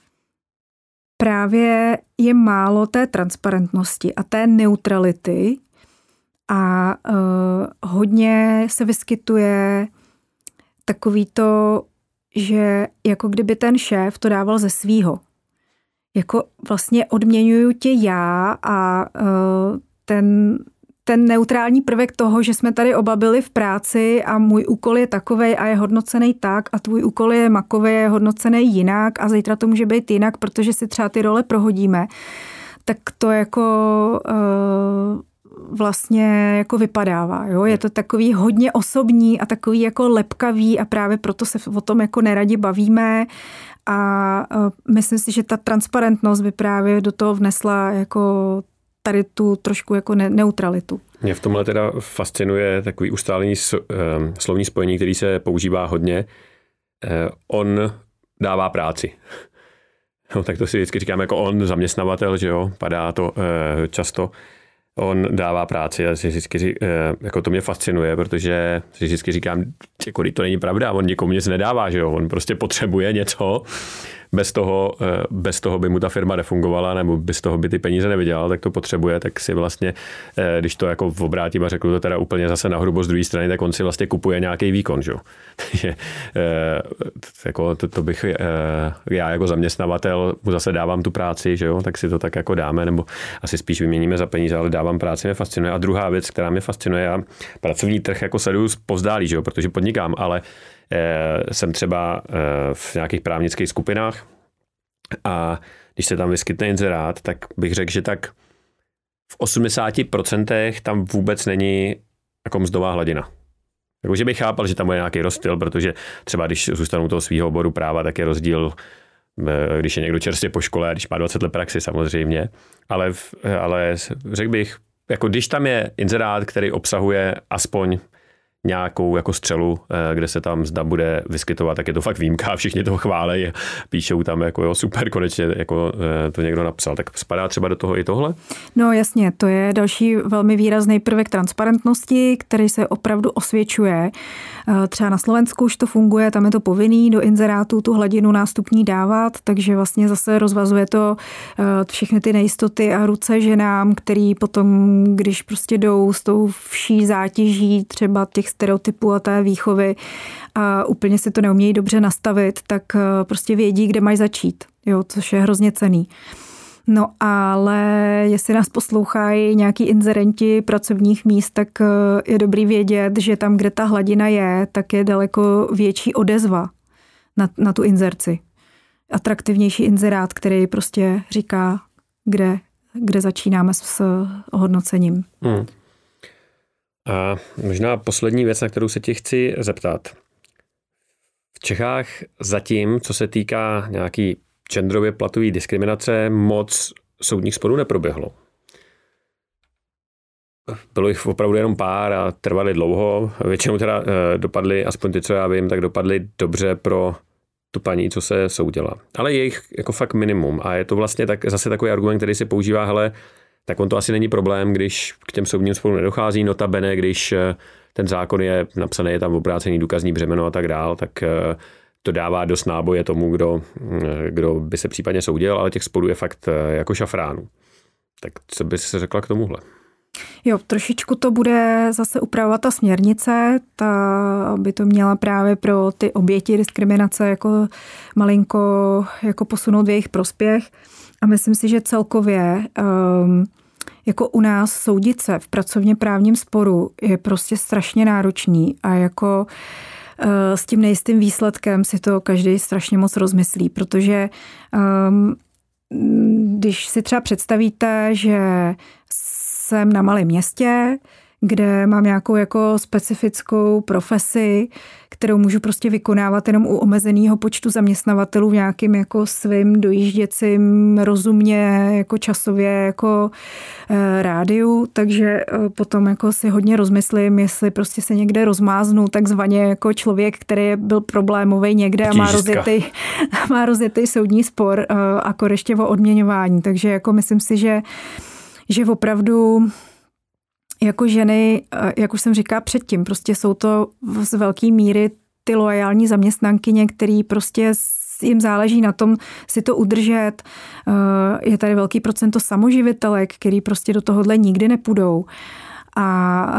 právě je málo té transparentnosti a té neutrality a uh, hodně se vyskytuje takový to, že jako kdyby ten šéf to dával ze svýho. Jako vlastně odměňuju tě já a uh, ten ten neutrální prvek toho, že jsme tady oba byli v práci a můj úkol je takovej a je hodnocený tak a tvůj úkol je makový, je hodnocený jinak a zítra to může být jinak, protože si třeba ty role prohodíme, tak to jako uh, vlastně jako vypadává. Jo? Je to takový hodně osobní a takový jako lepkavý a právě proto se o tom jako neradi bavíme a uh, myslím si, že ta transparentnost by právě do toho vnesla jako tady tu trošku jako ne- neutralitu. Mě v tomhle teda fascinuje takový ustálený slovní spojení, který se používá hodně. On dává práci. No, tak to si vždycky říkáme jako on, zaměstnavatel, že jo, padá to často. On dává práci a si vždycky, jako to mě fascinuje, protože si vždycky říkám, jako to není pravda, on nikomu nic nedává, že jo, on prostě potřebuje něco, bez toho, bez toho by mu ta firma nefungovala, nebo bez toho by ty peníze nevydělal, tak to potřebuje, tak si vlastně, když to jako obrátím a řeknu to teda úplně zase na hrubo z druhé strany, tak on si vlastně kupuje nějaký výkon, že? Takže jako to, to bych já jako zaměstnavatel mu zase dávám tu práci, že jo, tak si to tak jako dáme, nebo asi spíš vyměníme za peníze, ale dávám práci, mě fascinuje. A druhá věc, která mě fascinuje, já pracovní trh jako sleduju zpovzdálí, že jo, protože podnikám, ale eh, jsem třeba eh, v nějakých právnických skupinách a když se tam vyskytne inzerát, tak bych řekl, že tak v osmdesáti procentech tam vůbec není jako mzdová hladina. Takže bych chápal, že tam je nějaký rozptyl, protože třeba když zůstanu toho svého oboru práva, tak je rozdíl, když je někdo čerstvě po škole, když má dvacet let praxi samozřejmě, ale, ale řekl bych, jako když tam je inzerát, který obsahuje aspoň nějakou jako střelu, kde se tam zda bude vyskytovat, tak je to fakt výjimka, všichni to chválí, píšou tam jako jo, super, konečně jako to někdo napsal. Tak spadá třeba do toho i tohle? No jasně, to je další velmi výrazný prvek transparentnosti, který se opravdu osvědčuje. Třeba na Slovensku už to funguje, tam je to povinný do inzerátu tu hladinu nástupní dávat, takže vlastně zase rozvazuje to všechny ty nejistoty a ruce ženám, který potom, když prostě jdou s tou vší zátěží třeba těch stereotypů a té výchovy a úplně si to neumějí dobře nastavit, tak prostě vědí, kde mají začít, jo, což je hrozně cenný. No ale jestli nás poslouchají nějaký inzerenti pracovních míst, tak je dobrý vědět, že tam, kde ta hladina je, tak je daleko větší odezva na, na tu inzerci. Atraktivnější inzerát, který prostě říká, kde, kde začínáme s ohodnocením. Hmm. A možná poslední věc, na kterou se ti chci zeptat. V Čechách zatím, co se týká nějaký genderově platové diskriminace, moc soudních sporů neproběhlo. Bylo jich opravdu jenom pár a trvaly dlouho. Většinou teda dopadly, aspoň ty, co já vím, tak dopadly dobře pro tu paní, co se soudila. Ale je jich jako fakt minimum. A je to vlastně tak, zase takový argument, který se používá, hele, tak on to asi není problém, když k těm soudním sporům nedochází, notabene, když ten zákon je napsaný, je tam obrácený důkazní břemeno a tak dál, tak to dává dost náboje tomu, kdo, kdo by se případně soudil, ale těch sporů je fakt jako šafránů. Tak co bys řekla k tomuhle? Jo, trošičku to bude zase upravovat ta směrnice, ta, aby to měla právě pro ty oběti diskriminace jako malinko jako posunout v jejich prospěch. A myslím si, že celkově um, jako u nás soudit se v pracovně právním sporu je prostě strašně náročný a jako uh, s tím nejistým výsledkem si to každý strašně moc rozmyslí, protože um, když si třeba představíte, že jsem na malém městě, kde mám nějakou jako specifickou profesi, kterou můžu prostě vykonávat jenom u omezeného počtu zaměstnavatelů v nějakým jako svým dojížděcím rozumně jako časově jako e, rádiu, takže e, potom jako si hodně rozmyslím, jestli prostě se někde rozmáznu takzvaně jako člověk, který byl problémový někde a má rozjetý, má rozjetý soudní spor e, a ještě o odměňování, takže jako myslím si, že že opravdu jako ženy, jak už jsem říkala předtím, prostě jsou to z velké míry ty loajální zaměstnankyně, který prostě jim záleží na tom si to udržet. Je tady velký procento samoživitelek, který prostě do tohohle nikdy nepůjdou a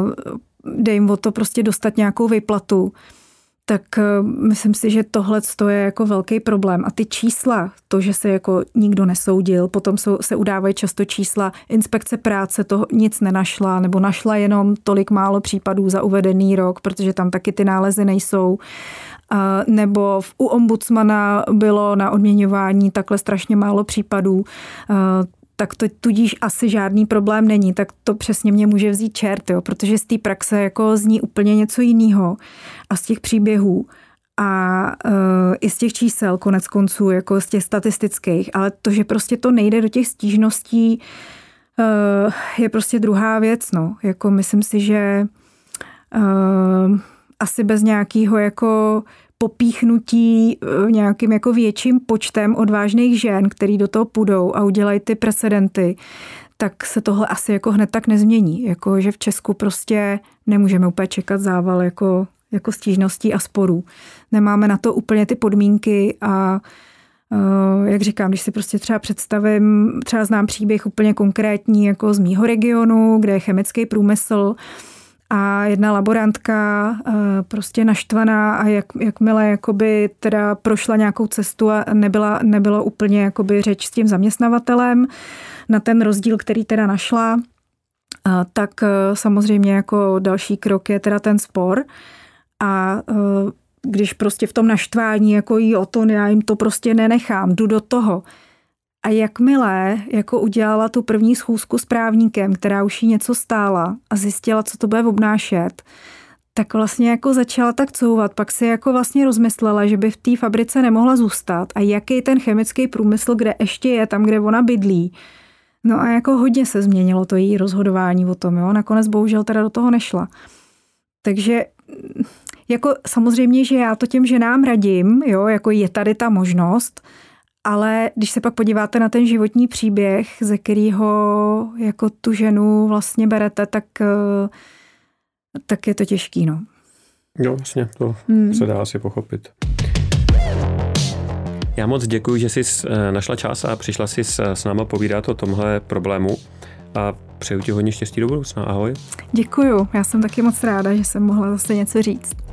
jde jim o to prostě dostat nějakou výplatu. Tak myslím si, že tohle je jako velký problém. A ty čísla, to, že se jako nikdo nesoudil, potom jsou, se udávají často čísla, inspekce práce to nic nenašla, nebo našla jenom tolik málo případů za uvedený rok, protože tam taky ty nálezy nejsou. A nebo u ombudsmana bylo na odměňování takhle strašně málo případů, a tak to tudíž asi žádný problém není, tak to přesně mě může vzít čert, jo, protože z té praxe jako zní úplně něco jiného a z těch příběhů a uh, i z těch čísel konec konců, jako z těch statistických, ale to, že prostě to nejde do těch stížností, uh, je prostě druhá věc, no, jako myslím si, že uh, asi bez nějakého jako popíchnutí nějakým jako větším počtem odvážných žen, který do toho půjdou a udělají ty precedenty, tak se tohle asi jako hned tak nezmění. Jako, že v Česku prostě nemůžeme úplně čekat zával jako, jako stížností a sporů. Nemáme na to úplně ty podmínky a jak říkám, když si prostě třeba představím, třeba znám příběh úplně konkrétní jako z mýho regionu, kde je chemický průmysl a jedna laborantka prostě naštvaná a jak, jakmile jakoby teda prošla nějakou cestu a nebyla, nebyla úplně jakoby řeč s tím zaměstnavatelem na ten rozdíl, který teda našla, tak samozřejmě jako další krok je teda ten spor a když prostě v tom naštvání jako jí o to, já jim to prostě nenechám, jdu do toho. A jakmile jako udělala tu první schůzku s právníkem, která už jí něco stála a zjistila, co to bude obnášet, tak vlastně jako začala tak couvat. Pak si jako vlastně rozmyslela, že by v té fabrice nemohla zůstat a jaký ten chemický průmysl, kde ještě je, tam, kde ona bydlí. No a jako hodně se změnilo to její rozhodování o tom, jo. Nakonec bohužel teda do toho nešla. Takže jako samozřejmě, že já to těm ženám radím, jo, jako je tady ta možnost, ale když se pak podíváte na ten životní příběh, ze kterého jako tu ženu vlastně berete, tak, tak je to těžký, no. Jo, vlastně, to hmm. se dá asi pochopit. Já moc děkuji, že jsi našla čas a přišla si s náma povídat o tomhle problému a přeju ti hodně štěstí do budoucna. Ahoj. Děkuju, já jsem taky moc ráda, že jsem mohla zase něco říct.